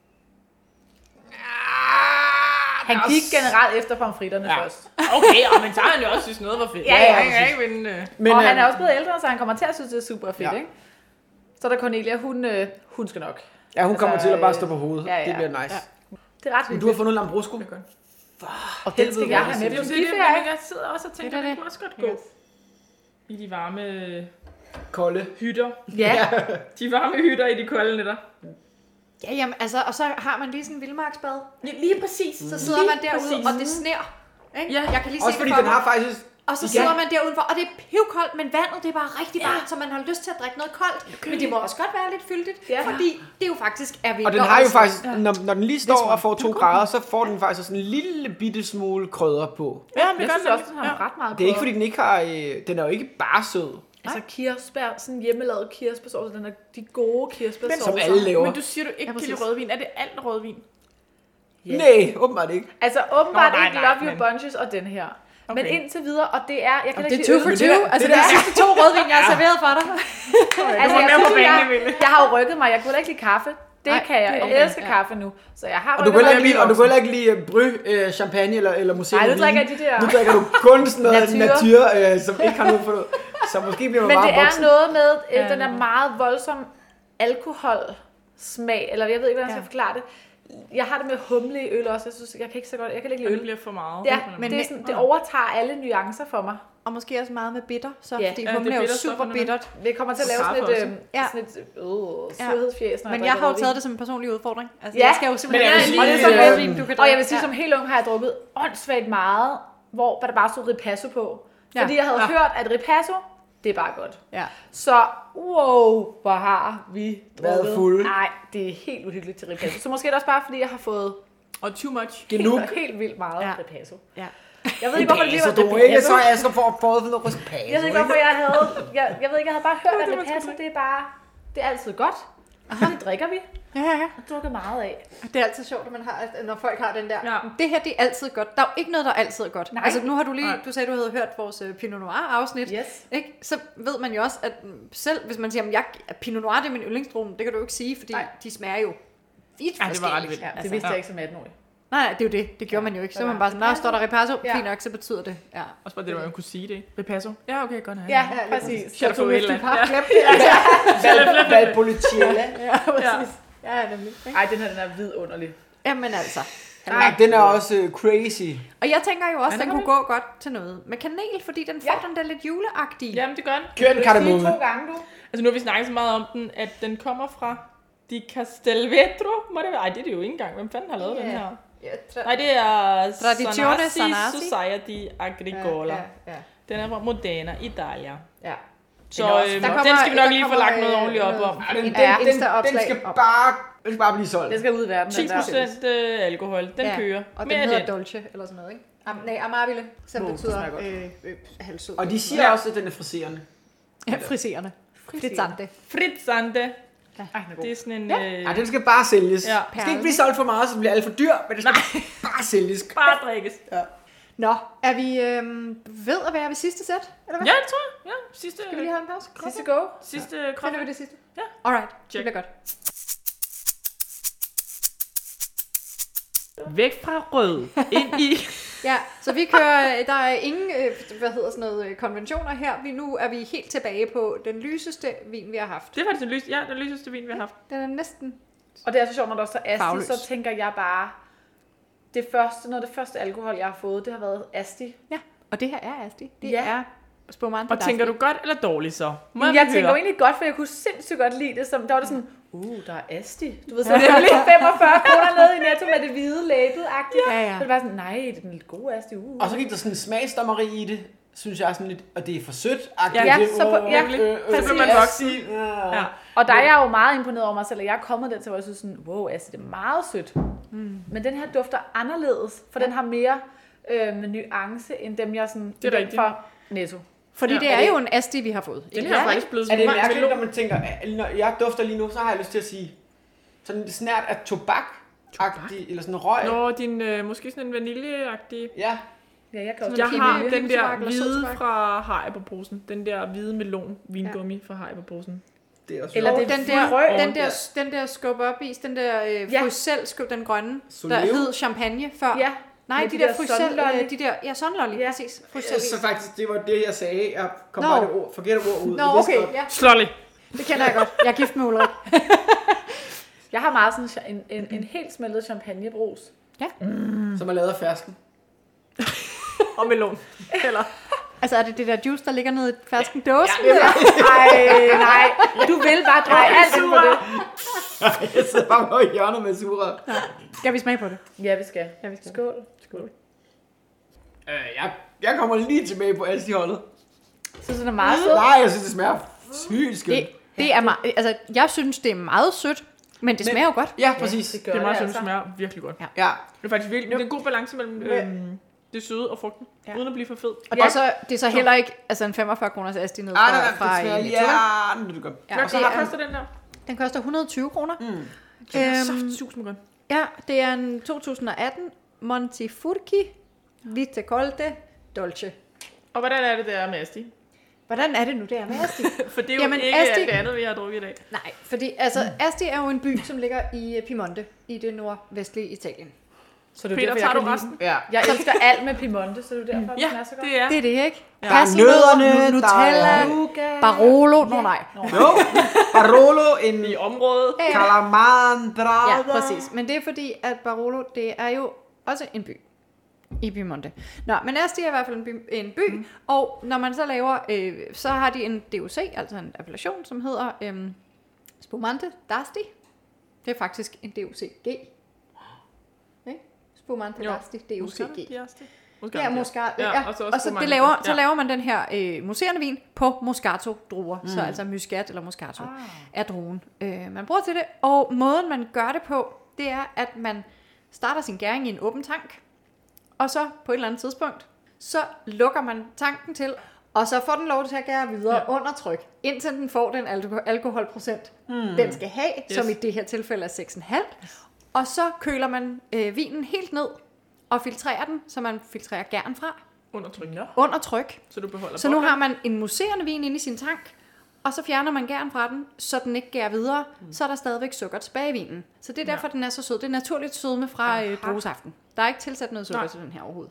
Han gik generelt efter pomfritterne Ja. først. Okay, ja, men så har han jo også synes noget var fedt. Ja, ja, ja, ja, men, øh, Men, og han øh, er også blevet ældre, så han kommer til at synes, det er super fedt, Ja. ikke? Så er der Cornelia, hun, øh, hun skal nok. Ja, hun kommer altså, til at bare øh, stå på hovedet. ja, ja. Det bliver nice. Ja. Det er ret Men hyggeligt. du har fundet Lambrusco? det er godt. Og den skal helvede, jeg hvor er have det med Det på er jo det, det, skiferie. men jeg sidder også og tænker, Det er det, det. kunne også godt gå i de varme Kolde. hytter. Ja, De varme hytter i de kolde nætter. Ja, jamen, altså, og så har man lige sådan en vildmarksbad. Ja, lige præcis. Så sidder Lige man derude, præcis. og det sner. Ikke? Ja. Jeg kan lige Også se fordi det for den mig. har faktisk... Og så Ja. sidder man derudenfor, og det er pivkoldt, men vandet det er bare rigtig varmt, så man har lyst til at drikke noget koldt. Men det må også godt være lidt fyldigt, Ja. fordi det er jo faktisk er Og den har jo faktisk, når, når den lige står tror og får to grader, så får den faktisk sådan en lille bitte smule krydder på. Ja, det jeg gør synes den også, den har ret meget Det er ikke på. fordi den ikke har... Øh, den er jo ikke bare sød, Altså kirsebær, sådan hjemmelavet kirsebærsauce, den er de gode kirsebærsaucer. som alle laver. Men du siger, du ikke Ja, kan lide præcis. rødvin. Er det alt rødvin? Ja. Nej, åbenbart ikke. Altså åbenbart Nå, nej, ikke nej, Love You men- Bunches og den her. Okay. Men indtil videre, og det er... Jeg kan Det ikke er two for Men det two. der- Altså, det det er der- de sidste to rødvin, jeg har serveret for dig. Altså, må jeg, mere på synes, banen, jeg, Emilie. jeg har jo rykket mig. Jeg kunne da ikke lide kaffe. Det Nej, kan jeg. det er Jeg okay, elsker ja. kaffe nu. Så jeg har Og du rykket kan heller mig. ikke lide, og du kan heller ikke lide øh, bry, øh, champagne eller, eller museum. Nej, nu drikker jeg de der. Nu drikker du kun sådan noget Nature. natur, øh, som ikke har noget for noget. Så måske bliver man Men bare det er voksen. noget med øh, Ja. den der meget voldsom alkoholsmag, eller jeg ved ikke, hvordan jeg skal Ja. forklare det. Jeg har det med humle i øl også. Jeg synes, jeg kan ikke så godt. Jeg kan ikke Det lide øl. bliver for meget. Ja, Men men det, er med- sådan, det overtager alle nuancer for mig. Og måske også meget med bitter, så, Ja. fordi Ja, det er humle er jo bitterstofferne, super men- bittert. Vi kommer til at lave Kaffe sådan et, også. øh, Ja. sådan et øh, Ja. surhedsfjæs, når Men drikker jeg har jo rødvin. taget det som en personlig udfordring. Altså, Ja, jeg skal jo simpelthen men jeg have vil en sige, lille øh, rødvin, du kan Og jeg vil drikke. sige, Ja. som helt ung har jeg drukket åndssvagt meget, hvor der bare stod ripasso på. Ja. Fordi jeg havde Ja. hørt, at ripasso, det er bare godt. Ja. Så wow, hvor har vi Været drukket. fulde. Nej, det er helt uhyggeligt til ripasso. Så måske er det også bare, fordi jeg har fået Og too much. Genug. helt, helt vildt meget Ja. ja. ripasso. Ja. Jeg ved ikke, hvorfor det lige Så var du er ikke ripasso. så jeg skal få fået for noget rispasso. Jeg ved ikke, hvorfor jeg havde... Jeg, jeg ved ikke, jeg havde bare hørt, det at var sgu ripasso, ikke. det er bare... Det er altid godt. Og det drikker vi. Ja, ja, ja. Og drukket meget af. Det er altid sjovt, at man har, at når folk har den der. Ja. Det her, det er altid godt. Der er jo ikke noget, der altid er godt. Nej. Altså, nu har du lige, Nej. du sagde, du havde hørt vores uh, Pinot Noir-afsnit. Yes. Ikke? Så ved man jo også, at mm, selv hvis man siger, at jeg, at Pinot Noir det er min yndlingsdrue, det kan du jo ikke sige, fordi Nej. de smager jo vidt Ja, det var ret forskelligt. vildt. Ja, det Altså, vidste ja. jeg ikke som atten-årig. Nej, nej, det er jo det. Det gjorde man jo ikke. Så Ja. er man bare sådan, der står der ripasso, Ja. fint nok, så betyder det. Ja. Også bare det, at man kunne sige det. Ripasso. Ja, okay, godt. Ja, Ja, præcis. Chateau et eller andet. Ja. Glem det. Valpolicella. Ja, præcis. Ja, ja, nemlig. Ikke? Ej, den her den er vidunderlig. Jamen altså. Nej, den er også øh, crazy. Og jeg tænker jo også, Ja, at den den var kunne gå godt til noget med kanel, fordi den får Ja. den der lidt juleagtige. Jamen, det gør den. Kør den Sige kardemomme. to gange, du. Altså, nu har vi snakket så meget om den, at den kommer fra Di Castelvetro. Må det være? Ej, det er det jo ikke engang. Hvem fanden har lavet Ja. den her? Ja, tra- Nej, det er Tradizione Sanassi Sanassi. Society Agricola. Ja, ja, ja. Den er fra Modena, Italia. ja. Så Den er også øhm, Der den kommer- skal vi nok der lige få kommer, lagt noget øh, ordentligt op noget- om. Ja, den, En den, den, den, Insta-opslag skal op. bare, den skal bare blive solgt. Den skal ud i verden, ti den der. procent øh, alkohol, den Ja, kører. Og den Mere af hedder den. Dolce, eller sådan noget, ikke? Am, nej, amabile, som Wow, det betyder smager godt. øh, øh, halvsød. Og de siger Ja. også, at den er friserende. Ja, friserende. Frizzante. Fritzante. Ej, den er god. Det er sådan en... Ja. Øh, Nej, den skal bare sælges. Ja. Den skal ikke blive solgt for meget, så den bliver alt for dyr, men den skal bare sælges. bare drikkes. Nå, er vi øh, ved at være ved sidste sæt? Eller hvad? Ja, det tror jeg. Ja, sidste, Skal vi lige have en pause? Sidste go. sidste Finder krop. vi det sidste? Ja. Alright, det Check. bliver godt. Væk fra rød, ind i... Ja, så vi kører, der er ingen, øh, hvad hedder sådan noget, øh, konventioner her. Vi, nu er vi helt tilbage på den lyseste vin, vi har haft. Det var den, lys, ja, den lyseste vin, vi har haft. Den er næsten... Og det er så sjovt, når der står Asti, Farveløs. så tænker jeg bare, det første, noget af det første alkohol, jeg har fået, det har været Asti. Ja, og det her er Asti. Det Ja. er spumante. Og tænker du godt eller dårligt så? Må Men vi jeg tænker jo høre? egentlig godt, for jeg kunne sindssygt godt lide det. Som, der var det sådan, uh, der er Asti. Du ved, så det er lige femogfyrre kroner nede i Netto med det hvide label-agtigt. Ja, ja. Så det var sådan, nej, det er den lidt gode Asti. Uh. Og så gik der sådan en smagsdommeri i det, synes jeg sådan lidt, og det er for sødt. Ja, det, så på- ja, Så præcis. bliver man voksen. Ja. Ja. Og der er jeg jo meget imponeret over mig selv, at jeg er kommet den til, hvor jeg synes sådan, wow, Asti, det er meget sødt. Mm. Men den her dufter anderledes, for ja. den har mere øh, nuance, end dem jeg sådan Det er den rigtigt. fra Netto. Fordi Ja. det er, Er det- jo en asti, vi har fået. Den Ikke? her er Ja, faktisk blevet Er det sådan mærkeligt, melon. når man tænker, at når jeg dufter lige nu, så har jeg lyst til at sige sådan en snært af tobak-agtig, eller sådan en røg. Nå, din, øh, måske sådan en vaniljeagtig. Ja, Ja, jeg kan også Jeg kiwi- har kiwi- den der tobak eller hvide sødtobak. fra Haribo-posen. Den der hvide melon vingummi fra Haribo-posen. det er også Eller Og det er den fuld der, røg. den der, den der skub op is, den der øh, Ja. frysel skub, den grønne, Soleo. der hed champagne før. Ja. Nej, Med de, de der der frysel, sunlolly. øh, de der, ja, sunlolly, Ja. præcis. Frysel Ja, så faktisk, det var det, jeg sagde. Jeg kom Nå. bare det ord, forkert ord ud. Nå, Jeg vidste okay, godt. ja, Slolly. det kender jeg godt. Jeg er gift med Ulrik. Jeg har meget sådan en, en, en helt smeltet champagnebrus. Som er lavet af fersken. Og melon. Eller... Altså, er det det der juice, der ligger nede i fersken dåse? Ja, det er Ej, nej. Du vil bare dreje alt ind på det. Jeg sidder bare over i hjørnet med sugerør. Skal vi smage på det? Ja, vi skal. Ja, vi skal. Skål. Skål. Øh, jeg, jeg kommer lige tilbage på Asti-holdet. Så den er meget sød. Nej, jeg synes, det smager sygt skønt. Det, det er meget, altså, jeg synes, det er meget sødt, men det Men- smager jo godt. Ja, præcis. Det gør Det er meget det, sødt, altså. det smager virkelig godt. Ja. Det er faktisk virkelig, det er en god balance mellem øhm, det søde og frugten, Ja. uden at blive for fed. Og det er så, det er så heller ikke altså en femogfyrre kroners asti ned Ah, fra, nej, fra det smager, øh, Netto. ja, nu er det godt. Ja, Hvad og så det har er, koster den der? den koster et hundrede og tyve kroner. Mm. Den er Øhm, så sus med godt. Ja, det er en to tusind atten Montifurchi Vite Colte Dolce. Og hvordan er det, der er med Asti? Hvordan er det nu, det er med Asti? For det er jo Jamen, ikke Asti- alt det andet, vi har drukket i dag. Nej, fordi altså, Asti er jo en by, som ligger i Piemonte, i det nordvestlige Italien. Så det er Peter, derfor, tager jeg du kan lide resten? den. Ja. Jeg elsker alt med Piemonte, så det er derfor, Ja, den er så godt. det er. Det er det, ikke? Ja. Der er Hasselnødder, nødderne, nu- der er- Nutella, Barolo. Nå nej. Jo, Barolo, en I området. Ja, ja. Calamandrada. Ja, præcis. Men det er fordi, at Barolo, det er jo også en by i Piemonte. Nå, men Asti er i hvert fald en by, en by mm. og når man så laver, øh, så har de en D O C, altså en appellation, som hedder øh, Spumante d'Asti. Det er faktisk en D O C G. Okay? Spumante Jo. d'Asti, D O C G. Moscato, Ja, Moscato. Ja, Ja, ja. og så Og også så, det Spumante. laver, så Ja. laver man den her øh, mousserende vin på Moscato-druer. Mm. Så altså Muscat eller Moscato ah. er druen. Øh, man bruger til det, og måden man gør det på, det er, at man starter sin gæring i en åben tank, og så på et eller andet tidspunkt, så lukker man tanken til, og så får den lov til at gære videre ja. under tryk, indtil den får den alko- alkoholprocent, mm. den skal have, yes. som i det her tilfælde er seks komma fem. Og så køler man øh, vinen helt ned, og filtrerer den, så man filtrerer gæren fra, Under tryk. under tryk. Så du beholder Så nu boblen. har man en mousserende vin inde i sin tank, og så fjerner man gæren fra den, så den ikke gærer videre, mm. så er der stadigvæk sukker tilbage i vinen. Så det er derfor, ja. den er så sød. Det er naturligt sødme fra øh, druesaften. Der er ikke tilsat noget sukker Nej. til den her overhovedet.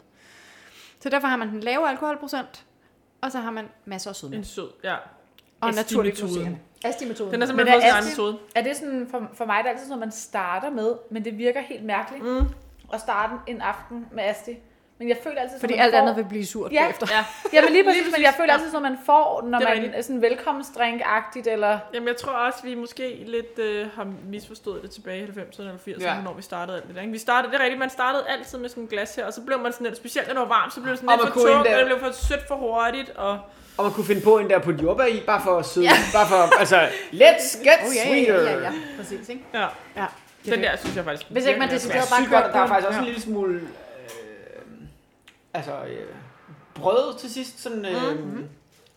Så derfor har man den lave alkoholprocent, og så har man masser af sødme. En sød, ja. Og naturligt Asti-metoden. mousserende. Asti-metoden. Den er Men simpelthen er fået sin egen Asti- metode. Er det sådan, for, for mig, det er altid sådan, noget, man starter med, men det virker helt mærkeligt Mm. at starte en aften med Asti. Men jeg føler altid, Fordi sådan, man alt får... andet vil blive surt Ja. bagefter. Ja. Jamen lige præcis, Lige men jeg præcis, føler ja. altid, sådan, man får, når Det er man rigtigt. er sådan velkomstdrink-agtigt, eller... Jamen, jeg tror også, vi måske lidt øh, har misforstået det tilbage i halvfemserne eller firserne, Ja. når vi startede alt det der. Ikke? Vi startede, det er rigtigt, man startede altid med sådan et glas her, og så blev man sådan lidt, specielt når det var varmt, så blev det sådan Og lidt man for kunne tungt, ind og der- det blev for sødt for hurtigt, og Og man kunne finde på en der på jordbær i, bare for at søde. Ja. Bare for, altså, let's get Oh, ja, ja, sweeter. ja, ja, ja. Præcis, ikke? ja, Ja. den der synes jeg faktisk... Hvis ikke man virkelig er decideret Det smag. er bare sygt godt, godt og der er på- faktisk også en Ja. lille smule, øh, altså, øh, brød til sidst, sådan, øh, Mhm.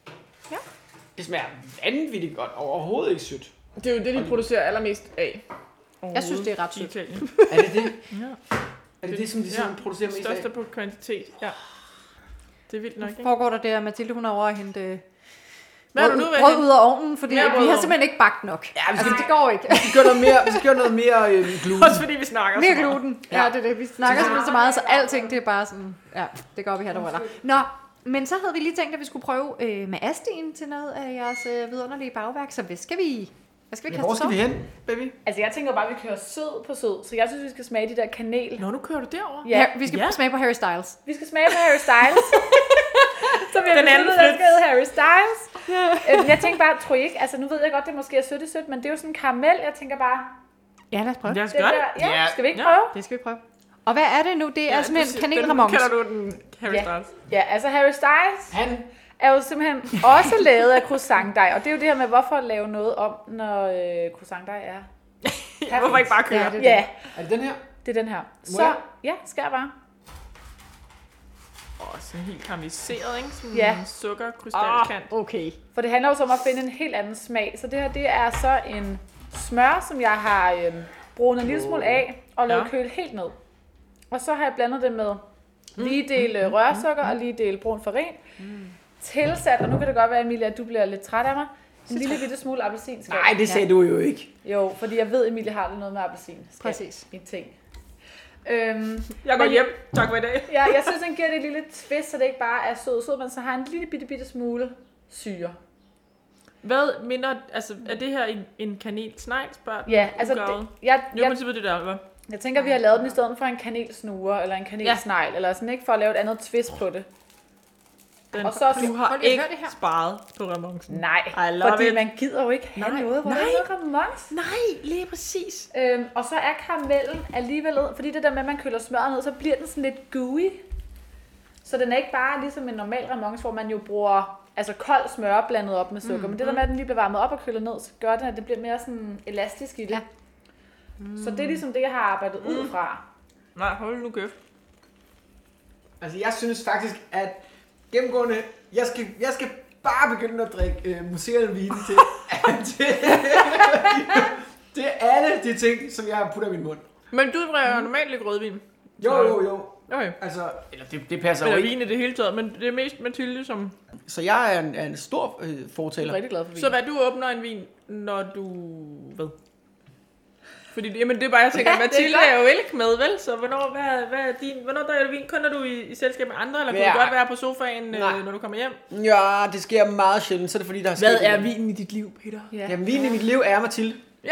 Ja. det smager vanvittigt godt, og overhovedet ikke sødt. Det er jo det, de producerer allermest af. Jeg synes, det er ret i sødt. Italien. Er det det? Ja. Er det det, som de sådan producerer mest af? Største på kvantitet, ja. Det er vildt nok, ikke? Foregår der det, at Mathilde hun er over at hente Hvad er du brød, nu ved? brød ud af ovnen, fordi Mere vi brød ud har af simpelthen ikke bagt nok. Ja, vi skal, Altså, det går ikke. vi skal gøre noget mere, vi skal gøre noget mere øh, gluten. Også fordi vi snakker Mere så meget. gluten. Ja, det er det. Vi snakker simpelthen så meget, så alting det er bare sådan, ja, det går op i hat og briller. Nå, men så havde vi lige tænkt, at vi skulle prøve øh, med Astien til noget af jeres øh, vidunderlige bagværk, så hvad skal vi, hvad skal vi Ja, kaste hvor os skal over? vi hen, baby? Altså jeg tænker bare, at vi kører sød på sød, så jeg synes, vi skal smage de der kanel. Nå, nu kører du derover. Ja, Ja, vi skal Ja. smage på Harry Styles. vi skal smage på Harry Styles. Så vi har Den anden besluttet, at Fritz. der skal hedde Harry Styles. Øhm, Jeg tænker bare, tror I ikke, altså nu ved jeg godt, det måske er sødt i sødt, men det er jo sådan en karamel, jeg tænker bare, Ja, lad os prøve. Lad os det gøre det. der, ja, Ja. skal vi ikke Ja. prøve? Det skal vi prøve. Og hvad er det nu? Det er Ja, simpelthen du- kanelramons. Den kalder du den Harry Ja. Styles. Ja, altså Harry Styles Han, er jo simpelthen også lavet af croissantdej, og det er jo det her med, hvorfor lave noget om, når øh, croissantdej er. Hvorfor ikke bare køre? Ja, det er det. Ja, er det den her? det er den her. Så, jeg? ja, skal jeg bare. Åh, sådan helt karamelliseret, ikke? Sådan Ja. en sukkerkrystalkant. Ah, okay. For det handler jo så om at finde en helt anden smag. Så det her, det er så en smør, som jeg har øh, brunet en lille smule af og lavet Ja. køle helt ned. Og så har jeg blandet det med lige del mm, rørsukker mm, og lige del brun farin. Mm. Tilsat, og nu kan det godt være, Emilie, at du bliver lidt træt af mig, en lille bitte smule appelsinskal. Nej, det sagde ja. du jo ikke. Jo, fordi jeg ved, at Emilie har lidt noget med appelsin. Præcis. En ting. Øhm, Jeg går men- hjem. Tak for i dag. Ja, jeg synes, den giver det et lille twist, så det ikke bare er sød sød, men så har en lille bitte, bitte smule syre. Hvad minder, altså er det her en, en kanelsnegl, spørger den? Ja, altså, Ugarvet? det, jeg, Det er jeg, princippet det der, hvad? jeg tænker, vi har lavet den i stedet for en kanelsnure, eller en kanelsnegl, ja. eller sådan, ikke for at lave et andet twist på det. Den, Og så- du har Prøv lige at ikke høre det her. sparet på remoncen. Nej, I love fordi it. man gider jo ikke have Nej, noget, hvor nej. der er noget ramons. Nej, lige præcis. Øhm, og så er karamellen alligevel, fordi det der med, at man køler smøret ned, så bliver den sådan lidt gooey. Så den er ikke bare ligesom en normal ramons, hvor man jo bruger altså kold smør blandet op med sukker. Mm. Men det der med, at den lige bliver varmet op og køler ned, så gør det, at det bliver mere sådan elastisk i det. Ja. Mm. Så det er ligesom det, jeg har arbejdet mm. ud fra. Nej, hold nu kæft. Altså, jeg synes faktisk, at gennemgående, jeg skal, jeg skal bare begynde at drikke øh, muserende vin til, til, til alle de ting, som jeg putter i min mund. Men du drikker normalt ikke rødvin. Jo, jo, jo. Okay. Altså, eller det, det passer jo Eller ikke. vin i det hele taget, men det er mest Mathilde som... Så jeg er en, er en stor øh, Jeg er fortaler. rigtig glad for vin. Så hvad, du åbner en vin, når du... Hvad? Fordi jamen, det er bare, jeg tænker, Ja, det er Mathilde godt. er, jo ikke med, vel? Så hvornår, hvad, hvad er din... Hvornår drikker du vin? Kun når du er i, i selskab med andre, eller kunne Ja. du godt være på sofaen, Nej. øh, når du kommer hjem? Ja, det sker meget sjældent, så er det fordi, der er Hvad sket er noget. vinen i dit liv, Peter? Ja. Jamen, vinen i mit liv er Mathilde.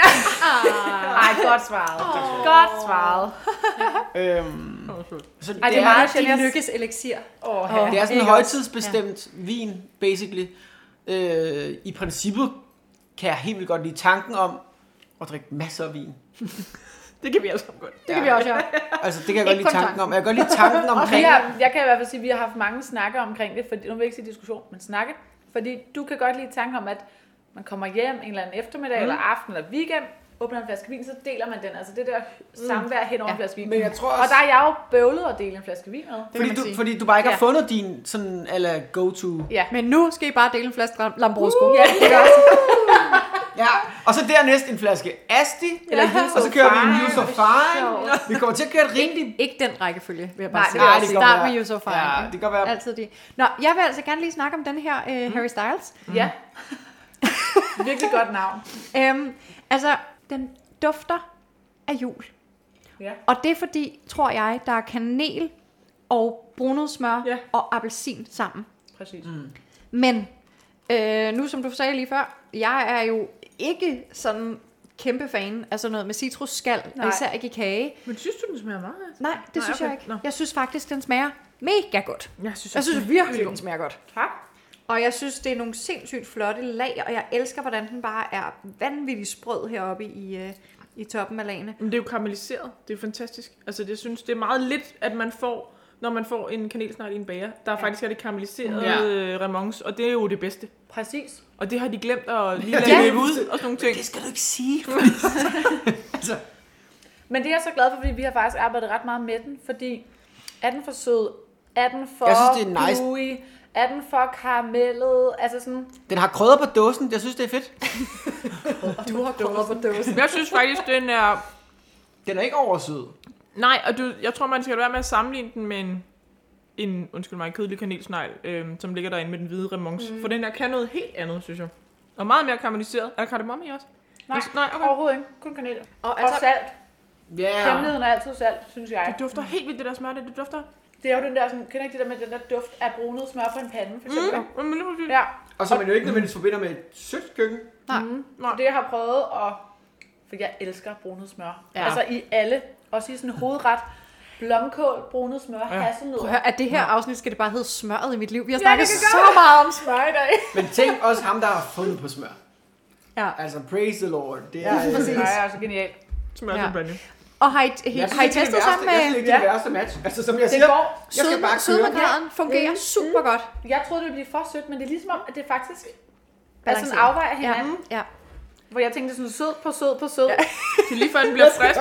Ej, godt svaret. Oh. Godt svaret. Øhm, så Ej, det er meget Din sjældent. lykkes eliksir. Åh, Åh. ja. Det er sådan en Ikke højtidsbestemt vin, basically. Øh, I princippet kan jeg helt vildt godt lide tanken om at drikke masser af vin. Det kan vi alle sammen godt. Det kan vi også gøre. Altså, det kan jeg godt Ikke lide kun tanken om. Jeg kan godt lide tanken Og vi omkring... har, jeg kan i hvert fald sige, at vi har haft mange snakker omkring det, fordi, nu vil jeg ikke sige diskussion, men snakke, fordi du kan godt lide tanken om, at man kommer hjem en eller anden eftermiddag, mm. eller aften, eller weekend, åbner en flaske vin, så deler man den. Altså det der samvær hen over Ja. en flaske vin. Men jeg tror Og også... der er jeg jo bøvlet at dele en flaske vin med. Fordi man du, sige. fordi du bare ikke har Ja. fundet din sådan, eller go-to. Ja. Men nu skal I bare dele en flaske Lam- Lambrusco. Ja, det gør Ja, og så dernæst en flaske Asti, Eller og så kører vi en Yusuf Yusuf Fine. Vi kommer til at køre et rigtig... Ikke den rækkefølge, vil jeg bare Nej, sige. det er Nej, også- det kan Start godt med være. Yusuf Fine. Ja, det kan godt være. Altid de. Nå, jeg vil altså gerne lige snakke om den her øh, Harry Styles. Ja. Virkelig godt navn. Øhm, altså, den dufter af jul. Ja. Og det er fordi, tror jeg, der er kanel og brunet smør Ja. og appelsin sammen. Præcis. Mm. Men, øh, nu som du sagde lige før, jeg er jo ikke sådan kæmpe fan af sådan noget med citrusskal, og Nej. især ikke i kage. Men synes du, den smager meget? Altså? Nej, det Nej, synes okay. jeg ikke. Nå. Jeg synes faktisk, den smager mega godt. Jeg synes, Jeg synes virkelig, den smager godt. Tak. Og jeg synes, det er nogle sindssygt flotte lag, og jeg elsker, hvordan den bare er vanvittigt sprød heroppe i, øh, i toppen af lagene. Men det er jo karamelliseret. Det er jo fantastisk. Altså, det synes det er meget lidt, at man får, når man får en kanelsnegl i en bager. Der er faktisk er det karamelliseret Ja. ja. remons, og det er jo det bedste. Præcis. Og det har de glemt at lige Ja. lade løbe ud og sådan nogle ting. Det skal du ikke sige. altså, Men det er jeg så glad for, fordi vi har faktisk arbejdet ret meget med den, fordi er den for sød? Er den for Jeg synes, det er nice. gooey? Er den for karamellet? Altså sådan... den har krydder på dåsen. Jeg synes, det er fedt. Du har krydder på dåsen. Jeg synes faktisk, den er... Den er ikke oversød. Nej, og du, jeg tror, man skal være med at sammenligne den med en, en undskyld mig, kødelig kanelsnegl, øhm, som ligger derinde med den hvide remons. Mm. For den her kan noget helt andet, synes jeg. Og meget mere karamelliseret. Er der kardemomme i også? Nej, Nej, okay. overhovedet ikke. Kun kanel. Og Og altså, salt. Ja. Yeah. Hemmeligheden er altid salt, synes jeg. Det dufter helt vildt, det der smør, det, det dufter. Det er jo den der, sådan, kender ikke det der med den der duft af brunet smør på en pande, for eksempel? Mm. Men lige præcis. Ja, Og som man jo ikke nødvendigvis forbinder med et sødt køkken. nej. Nej. så det jeg har prøvet at... For jeg elsker brunet smør. Ja. Ja. Altså i alle, også i sådan en hovedret. Blomkål, brunet smør, ja. hasselnødder. Prøv at høre, at det her afsnit skal det bare hedde smøret i mit liv. Vi har Ja, snakket det kan så godt. meget om smør i dag. Men tænk også ham, der har fundet på smør. Ja. Altså, praise the Lord. Det er... Ja, præcis. Det er altså genialt. Smør Ja. champagne. Og har I, Jeg synes har I ikke, det er testet det sammen værste. Jeg synes med... ikke, det er det værste match. Altså, som jeg Det siger, går. jeg skal bare køre. Sødmarkeraden fungerer Mm. super godt. Jeg troede, det ville blive for sødt, men det er ligesom om, at det faktisk er sådan Balanceret. afvejer hinanden. Ja. hvor jeg tænkte sådan sød på sød på sød. Ja. Det er lige før den bliver frisk.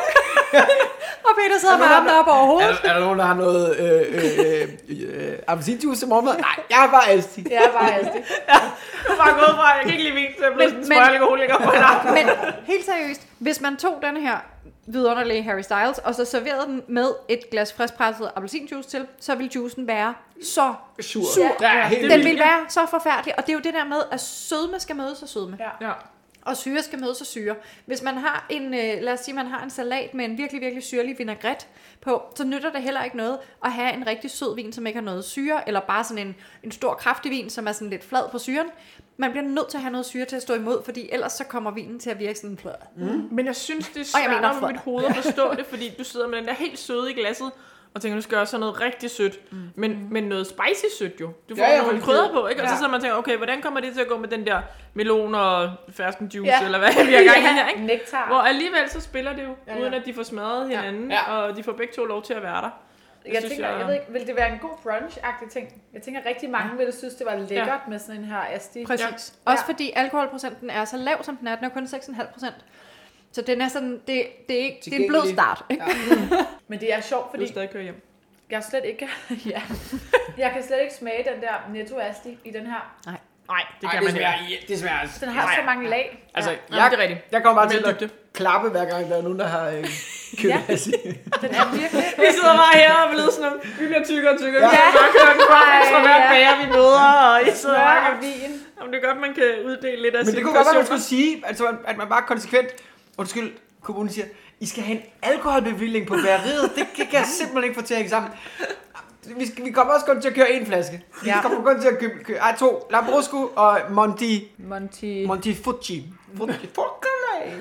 Og Peter sidder med armene op over hovedet. Er, der- er der nogen, der har noget øh, øh, øh, øh, appelsinjuice til morgenmad? Nej, jeg er bare Asti. Jeg er bare Asti. Du er bare gået fra, jeg kan ikke lide vin, så jeg blev sådan en Men- smøgalkoholiker på en aften. Men helt seriøst, hvis man tog den her vidunderlige Harry Styles, og så serverede den med et glas friskpresset appelsinjuice til, så ville juicen være så Sur. sur. Ja, helt Den vildt. ville være så forfærdelig, og det er jo det der med, at sødme skal mødes af sødme. Ja. Ja. Og syre skal mødes af syre. Hvis man har en, øh, lad os sige, man har en salat med en virkelig, virkelig syrlig vinaigrette på, så nytter det heller ikke noget at have en rigtig sød vin, som ikke har noget syre, eller bare sådan en, en stor kraftig vin, som er sådan lidt flad på syren. Man bliver nødt til at have noget syre til at stå imod, fordi ellers så kommer vinen til at virke sådan flad. Mm. Men jeg synes, det er Og svært jeg mener for flad. mit hoved at forstå det, fordi du sidder med den der helt søde i glasset, og tænker, du skal også have noget rigtig sødt, mm. men, men noget spicy sødt jo. Du får Ja, ja, ja, nogle for- krydder på, ikke? Og så Ja. sidder man og tænker, okay, hvordan kommer det til at gå med den der melon og ferskenjuice, Ja. eller hvad vi har gang i her, ikke? Nektar. Hvor alligevel så spiller det jo, Ja, ja, ja. uden at de får smadret hinanden, Ja. og de får begge to lov til at være der. Det Jeg synes tænker, jeg ved ikke, vil det være en god brunch-agtig ting? Jeg tænker, rigtig mange ville synes, det var lækkert ja. med sådan en her Asti. Præcis. Ja. Også fordi alkoholprocenten er så lav, som den er. Den er kun seks komma fem procent. Så den er sådan, det, det, er, ikke, det er en blød Tilgængelig. start. Ikke? Ja. Men det er sjovt, Du fordi vil stadig køre hjem. jeg slet ikke ja. Jeg kan slet ikke smage den der Netto Asti i den her. Nej, det Ej, kan det man ikke. smager, det smager altså. Den har Nej. så mange lag. Altså, ja. ja, Jeg- det er rigtigt. Jeg kommer bare Med til at dybde. klappe, hver gang der er nogen, der har øh, købt Ja. Asti. Den er virkelig. Vi sidder bare her og er blevet sådan nogle, vi bliver tykkere og tykkere. Ja. Vi skal bare køre en cross for hver Ja. bager, vi møder, og I sidder Smør bare og vin. Jamen, det er godt, man kan uddele lidt af Men sine det kunne godt være, man portioner. skulle sige, altså, at man bare konsekvent, undskyld, kommunen siger, I skal have en alkoholbevilling på bageriet. Det kan jeg simpelthen ikke få til at hænge sammen. Vi, skal, vi kommer også kun til at køre en flaske. Vi Ja. kommer kun til at købe, købe ej, to, Lambrusco og Monti, Monty. Monti Fucci. Fucci. Fucci.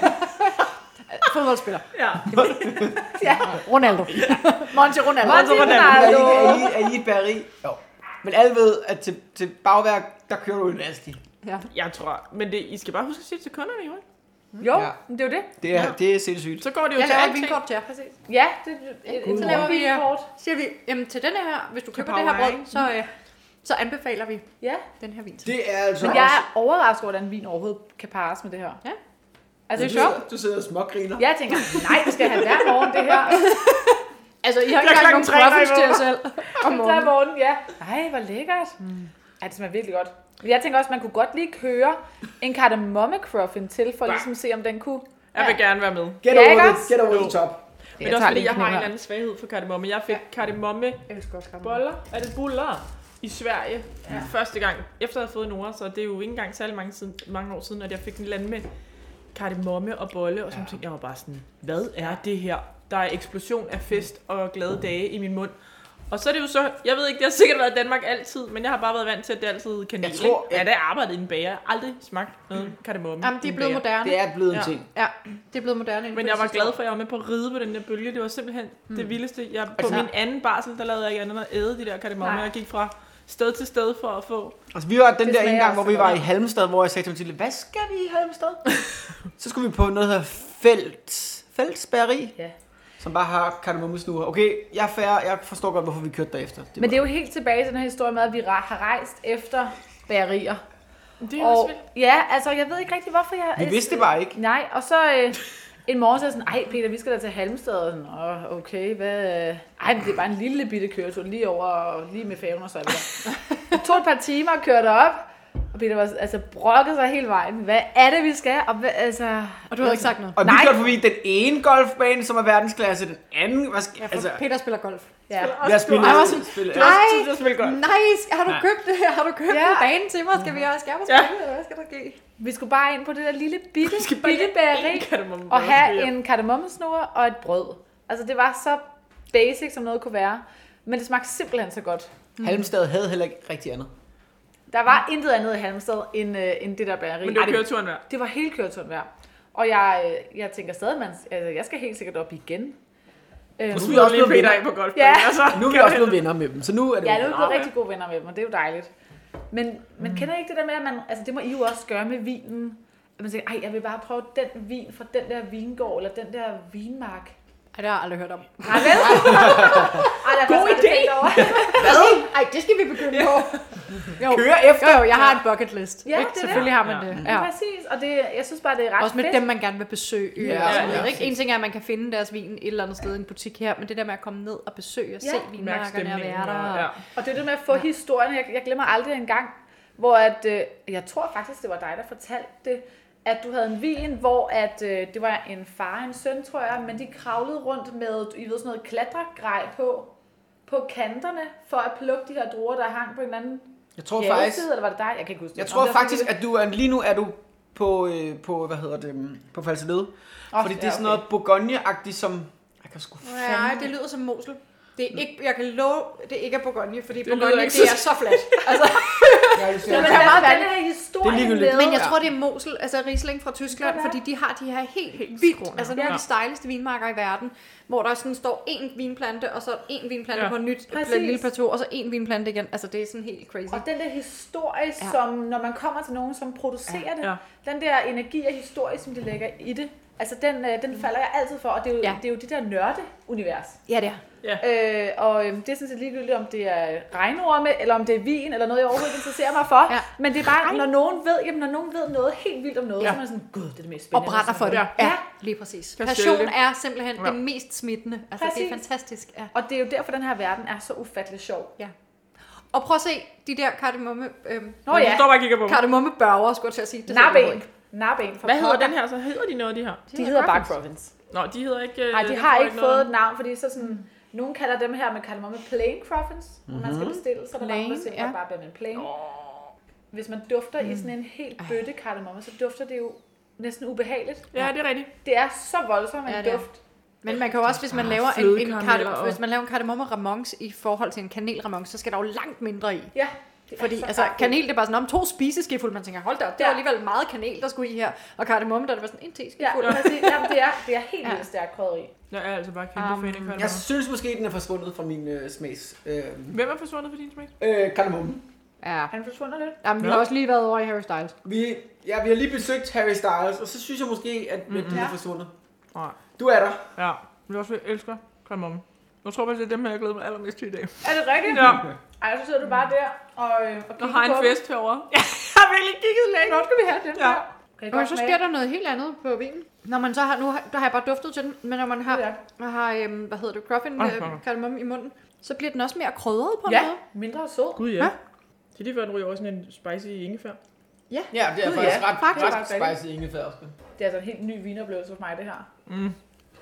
Fodboldspiller. Ja. Ja. Ronaldo. Monty Ronaldo. Monty Er Ronaldo. I, er, I, er I et bageri? Jo. Men alle ved, at til, til bagværk, der kører du en Asti. Ja. Jeg tror, men det, I skal bare huske at sige det til kunderne, jo. ikke? Jo, Ja. men det er jo det. Det er, det er sindssygt. Så går det jo Jeg til laver et alting. vinkort til jer. Præcis. Ja, det er et, Så laver vi et kort. Siger vi, jamen til den her, hvis du køber Kapow det her brød, Wine. så, øh, så anbefaler vi Ja, den her vin. Det er altså men jeg er overrasket over, hvordan vin overhovedet kan parres med det her. Ja. Altså, Det er sjovt. Du sidder og smågriner. jeg tænker, nej, vi skal have hver morgen det her. Altså, I har Der ikke er engang nogen klokken tre, når I muffins til jer selv. Om Der er morgenen. morgen, ja. Ej, hvor lækkert. Mm. Ej, det smager virkelig godt. Men jeg tænker også, man kunne godt lige køre en kardemomme cruffin til, for ligesom at se, om den kunne... Jeg vil gerne være med. Get Ja, over ikke the, også? get over Jo. the top. Men det er også fordi, jeg har en eller anden svaghed for kardemomme. Jeg fik kardemomme Jeg elsker også kardemomme. boller. Er det buller? I Sverige. Ja. Første gang. Efter at have fået Nora, så det er jo ikke engang særlig mange, siden, mange år siden, at jeg fik en eller anden med kardemomme og bolle. Og så tænkte jeg var bare sådan, hvad er det her? Der er eksplosion af fest og glade dage i min mund. Og så er det jo så, jeg ved ikke, det har sikkert været i Danmark altid, men jeg har bare været vant til, at det er altid kanel. Jeg tror, ikke? Ja, det er arbejdet i en bager. Jeg har aldrig smagt noget kardemomme. Jamen, de i er en blevet bager. moderne. Det er blevet en Ja. ting. Ja, det er blevet moderne. inden Men for jeg de var sidste glad år. for, at jeg var med på at ride på den der bølge. Det var simpelthen mm. det vildeste. Jeg, på Altså- min anden barsel, der lavede jeg ikke andet end at æde de der kardemomme. Nej. Jeg gik fra sted til sted for at få... Altså, vi var den Det der smager ene gang, også hvor vi godt. var i Halmstad, hvor jeg sagde til Mathilde, hvad skal vi i Halmstad? Så skulle vi på noget, der hedder Felt, Feltsbæreri, Ja. som bare har kardemommesnure. Okay, jeg er fair, jeg forstår godt, hvorfor vi kørte derefter. Det Men det er jo helt tilbage til den her historie med, at vi ra- har rejst efter bagerier. Det er også Og vildt. ja, altså jeg ved ikke rigtig, hvorfor jeg... Vi vidste det bare ikke. Nej, og så øh, en morgen så er jeg sådan, ej Peter, vi skal da til Halmstad. Og sådan, Åh, okay, hvad... øh, Ej, men det er bare en lille bitte køretur, lige over, og lige med færgen og så videre. Det tog et par timer og kørte op, og Peter var altså brokket sig hele vejen. Hvad er det, vi skal? Og hvad, altså... Og du havde ikke sagt noget. Og vi Nej. kørte forbi den ene golfbane, som er verdensklasse, den anden... Hvad skal, Ja, for altså, Peter spiller golf. Ja. jeg spiller... Ej, hvor sådan- spiller- Du har Nej. også tid til at spille godt. Nice! Har du Nej. købt det her? Har du købt Ja. en bane til mig? Skal vi også skærpe os Ja. på det, eller hvad skal der ske? Vi skulle bare ind på det der lille bitte, skal bare bitte lige have bageri, en kardemomme og bolle, have ja. en kardemommesnore og et brød. Altså det var så basic, som noget kunne være. Men det smagte simpelthen så godt. Halmstad havde heller ikke rigtig andet. Der var intet andet i Halmstad, end, øh, end det der bageri. Men det var Ej, køreturen værd. det var hele køreturen værd. Og jeg, øh, jeg tænker stadig, man, altså, jeg skal helt sikkert op igen. Øh, Nu Nu er vi er også lige blevet Peter venner. af på golf. Ja. Altså, Nu er vi kan også du blevet venner med dem, så nu er det ja, jo... nu er vi blevet Nå, rigtig gode venner med dem, og det er jo dejligt. Men, men kender I ikke det der med, at man, altså det må I jo også gøre med vinen, at man tænker, ej, jeg vil bare prøve den vin fra den der vingård, eller den der vinmark. Ej, det har jeg aldrig hørt om. Nej, vel? Ej, der jeg God faktisk aldrig idé. tænkt over. Hvad? Ej, det skal vi begynde på. Jo. Køre efter? Jo, jo, jeg har en bucket list. Ja, ikke? det er Selvfølgelig har man Ja. det. Ja. Ja. Præcis, og det, jeg synes bare, det er ret Også med fedt. dem, man gerne vil besøge. Ja, Ja, ja, ja, ja. ikke? En ting er, at man kan finde deres vin et eller andet sted i en butik her, men det der med at komme ned og besøge og Ja. se Mærk vinmarkerne og stemningen. være der. og- Ja. Og det er det med at få ja. historien. Jeg, jeg glemmer aldrig en gang, hvor at, øh, jeg tror faktisk, det var dig, der fortalte det, at du havde en vin, hvor at, øh, det var en far og en søn, tror jeg, men de kravlede rundt med, I ved, sådan noget klatregrej på, på kanterne, for at plukke de her druer, der hang på en eller anden Jeg tror faktisk, bjergside, eller var det dig? Jeg kan ikke huske det. jeg Nå, tror det var faktisk, fordi- at du er, lige nu er du på, øh, på hvad hedder det, mm, på Falseled. Åh, Fordi det ja, er sådan okay. noget Bourgogne-agtigt, som... Jeg kan sgu Nej, det lyder som Mosel. Det er ikke, jeg kan love, det ikke er Bourgogne, fordi Det Bourgogne, lyder det ikke er så fladt. Altså, Ja, det Ja, men Det er der meget var den valgt. her historie Det er ligegyldigt. med. men jeg Ja. tror, det er Mosel, altså Riesling fra Tyskland, Det kan fordi de har de her helt, Helt vildt, skråne. altså nogle af Ja. de stejligste vinmarker i verden, hvor der sådan står én vinplante, og så én vinplante Ja. på en nyt Præcis. lille plateau, og så én vinplante igen. Altså det er sådan helt crazy. Og den der historie, Ja. ja. som når man kommer til nogen, som producerer det, Ja. den der energi og historie, som de lægger i det, altså den, øh, den falder jeg altid for, og det er jo, Ja. ja. det, er jo det der nørde-univers. Ja, det er. Øh, og øh, det er sådan set ligegyldigt, om det er regnorme, eller om det er vin, eller noget, jeg overhovedet interesserer mig for. Ja. Men det er bare, når nogen ved, jamen, når nogen ved noget helt vildt om noget, Ja. ja. så er man sådan, gud, det er det mest Og spændende. brænder for det. Ja. Ja, Ja. lige præcis. Kan Passion sælge det. er simpelthen Ja. det mest smittende. Altså det er Præcis. fantastisk. Ja. Og det er jo derfor, den her verden er så ufattelig sjov. Og prøv at se de der kardemomme, øhm, Nå Du ja, står bare og kigger på mig. kardemommebørger, skulle jeg til at sige. Det siger jeg narben. ikke. Narben fra Hvad hedder pokker. den her så? Hedder de noget, de her? De hedder bare Crovins. Nå, de hedder ikke... øh, Nej, de den har får ikke noget- fået et navn, fordi så sådan, nogen kalder dem her med kardemomme plain Crovins, når man skal bestille, så er der Plain, nogen, der siger, ja. ja. bare bliver med en plain. Hvis man dufter i sådan en helt bøtte kardemomme, så dufter det jo næsten ubehageligt. Ja, det er rigtigt. Det er så voldsomt en Ja, det er. duft. Men man kan jo også, hvis man laver en, en flødekarameller karde, og- hvis man laver en kardemomme ramons i forhold til en kanelramons, så skal der jo langt mindre i. Ja, det er Fordi så altså, kraftigt. kanel, det er bare sådan om to spiseskefulde, man tænker, hold da op, det Ja. var alligevel meget kanel, der skulle i her. Og kardemomme, der er det bare sådan en Ja, teskefuld. præcis. Jamen, det er, det er helt Ja. vildt stærkt krydderi. Jeg er altså bare kæmpe Um, fan af kardemomme. Jeg synes måske, den er forsvundet fra min øh, smags. Øh, Hvem er forsvundet for din smag? øh, kardemomme. Ja. Han forsvunder lidt. Jamen, vi Ja. har også lige været over i Harry Styles. Vi, ja, vi har lige besøgt Harry Styles, og så synes jeg måske, at mm-hmm. den er Ja. forsvundet. Nej. Du er der. Ja, men jeg også elsker kardemomme. Jeg tror faktisk, det er dem her, jeg glæder mig allermest til i dag. Er det rigtigt? Ja. Ej, så sidder du bare der og, øh, og Og kigger har en på fest herovre. Jeg har virkelig kigget længe. Nå, skal vi have den Ja. her. Kan I Og godt så smage? sker der noget helt andet på vinen. Når man så har, nu har, der har jeg bare duftet til den, men når man har, Ja. har øhm, hvad hedder det, Cruffin Ej, øh, ja. kardemomme i munden, så bliver den også mere krydret på en Ja, måde. mindre sød. Gud ja. Ja. Det er lige før, den ryger også sådan en spicy ingefær. Ja, det er Gud, faktisk ja. ret, Faktisk. ret spicy ingefær også. Det er altså en helt ny vinoplevelse for mig, det her. Mm.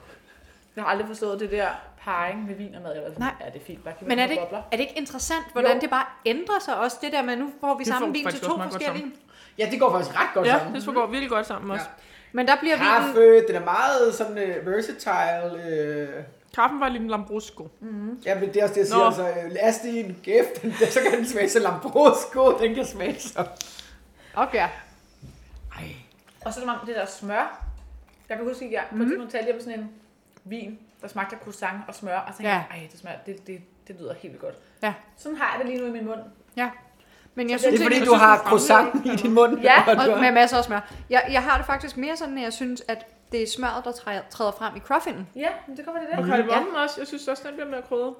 Jeg har aldrig forstået det der parring med vin og mad. Eller Nej. Ja, det er fint. Bare Men er det, ikke, bobler. er det ikke interessant, hvordan Jo. det bare ændrer sig også? Det der med, nu får vi Det samme får vin til faktisk to også meget godt forskellige. Ja, det går faktisk ret godt Ja, sammen. det går virkelig godt sammen også. Men der bliver vinen... Kaffe, den er meget sådan uh, versatile. Øh. Kaffen var lidt en lambrusco. Ja, men det er også det, jeg Nå. siger. Altså, lad din kæft, den, så kan den smage så lambrusco, den kan smage så. Okay. Ej. Og så er det om det der smør. Jeg kan huske, at jeg på et tidspunkt talte jeg med sådan en vin, der smagte af croissant og smør. Og så tænkte Ja. jeg, ej, det, smager, det, det, det lyder helt vildt godt. Ja. Sådan har jeg det lige nu i min mund. Ja. Men jeg Så Det synes er fordi, ikke, du har synes, du croissant i din mund. Ja, og du og har- med masser af smør. Jeg, jeg har det faktisk mere sådan, at jeg synes, at det er smøret, der træder, træder frem i Cruffinen. Ja, men det kommer det Og der. kardemommen også. Jeg synes også, den bliver mere krydret.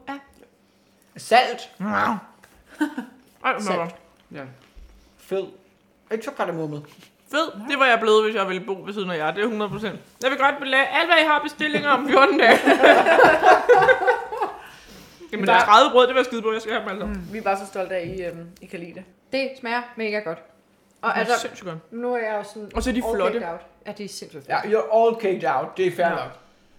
Salt. Ej, hvor Salt. godt. Ja. Fed. Ikke så kardemommet. Fed. Det var jeg blevet, hvis jeg ville bo ved siden af jer. Det er hundrede procent. Jeg vil godt belage alt, hvad I har bestillinger om fjorten dage. Jamen, der er tredive brød, det var jeg skide på. Jeg skal have dem alle sammen. Vi er bare så stolte af, at I, øhm, I kan lide det. Det smager mega godt. Og Det er altså, sindssygt godt. nu er jeg jo sådan... Og så er de all flotte. caked out. Ja, de er sindssygt Ja, flotte. you're all caked out. Det er fair Ja. nok.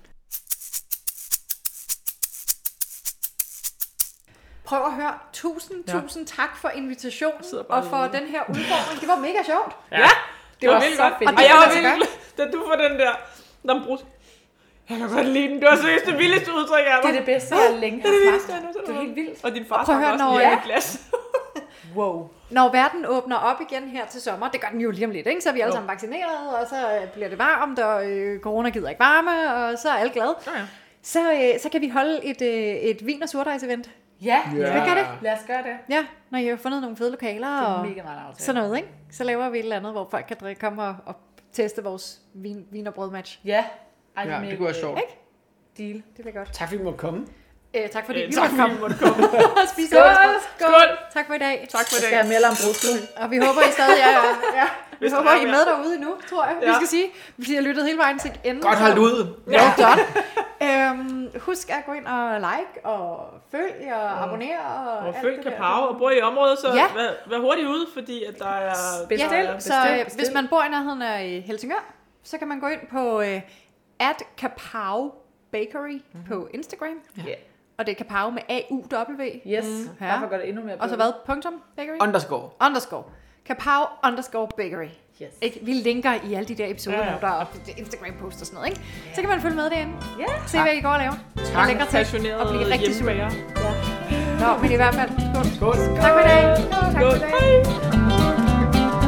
Prøv at høre. Tusind, Ja. tusind tak for invitationen sidder bare og for ude. den her udfordring. Det var mega sjovt. Ja, Det var virkelig så godt. fedt. Og jeg var Det kan virkelig glad, da du får den der lambrus. Jeg kan godt lide den. Det var seriøst det vildeste udtryk af Det mig. er det bedste, jeg længe Det er det har vildeste, jeg smagt. nogensinde Det er har helt vildt. Og din far Og prøv at drak høre, også når- lige Ja. et glas. Wow. Når verden åbner op igen her til sommer, det gør den jo lige om lidt, ikke? Så er vi alle Jo. sammen vaccineret, og så øh, bliver det varmt, og øh, corona gider ikke varme, og så er alle glade. Ja, ja. Så, øh, så kan vi holde et, øh, et vin- og surdejs-event. Ja, Ja. Hvad gør det? lad os gøre det. Ja, når I har fundet nogle fede lokaler Det er og mega meget aftale. sådan noget, ikke? Så laver vi et eller andet, hvor folk kan drikke, komme og, og teste vores vin, vin- og brødmatch. Ja. Ej, Ja, er det kunne være sjovt. Ikke? Deal. Det bliver godt. Tak fordi du måtte komme. Øh, tak fordi Øh, vi tak måtte fordi komme. vi måtte komme. Spise Skål. leverpostej. Skål. Tak for i dag. Tak for Jeg i skal dag. have mere lambrusco. Og vi håber, I stadig er... Ja. Vi Hvis der håber, er I er mere. med derude endnu, tror jeg, vi Ja. skal sige. Fordi jeg lyttede hele vejen til enden. Godt holdt ud. Well done. øhm, husk at gå ind og like og følg og abonnere. Og, Og alt følg det der. Kapow og bor I området, så Ja. vær, vær hurtigt ude, fordi at der er... Bestil. der er- Ja, så bestil, øh, bestil. hvis man bor i nærheden af i Helsingør, så kan man gå ind på øh, at Kapow Bakery mm-hmm. på Instagram. Ja. Og det er Kapow med A U W. Yes, Ja. bare for at gøre det endnu mere Og så bøvlet. hvad? Punktum Bakery? Underscore. Underscore. Kapow underscore bakery. Yes. Ikke? Vi linker i alle de der episoder, Ja, ja, ja. ja. der er op, Instagram-post og sådan noget. Ikke? Så kan man følge med derinde. Ja. Se, hvad I går og laver. Tak. Lækre ting. Passionerede Og blive rigtig sur. hjemmebager. Nå, men i hvert fald, skål. Skål. Tak for i dag. Tak for i Skål. dag. Hej.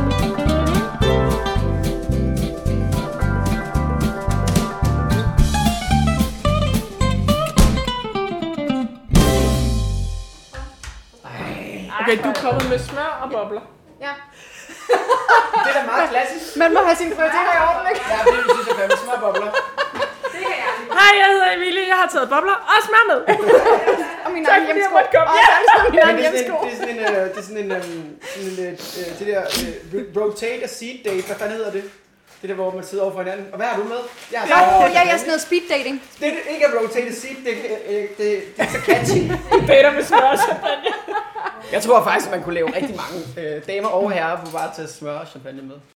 Okay, du er kommet med smør og bobler. Ja. Det er da meget klassisk. Man må have sine prioriteter i orden, ikke? Ja, det synes jeg fandme småbobler. Hej, jeg hedder Emilie. Jeg har taget bobler og smør med. Og min Tak egen fordi jeg hjemmesko. måtte komme. Og Ja. særligt min Men egen det er sådan hjemmesko. en, det er sådan en, øh, det er sådan en, øhm, sådan en øh, øh, det der øh, rotate a seat date, hvad fanden hedder det? Det der, hvor man sidder over for hinanden. Og hvad har du med? Jeg har Nå, så- ja, jeg er sådan noget speed dating. Det er ikke at rotate a seat, det, øh, det, det, det er så catchy. Dater med smør og champagne. Jeg tror faktisk, at man kunne lave rigtig mange øh, damer og herrer på bare at tage smør og champagne med.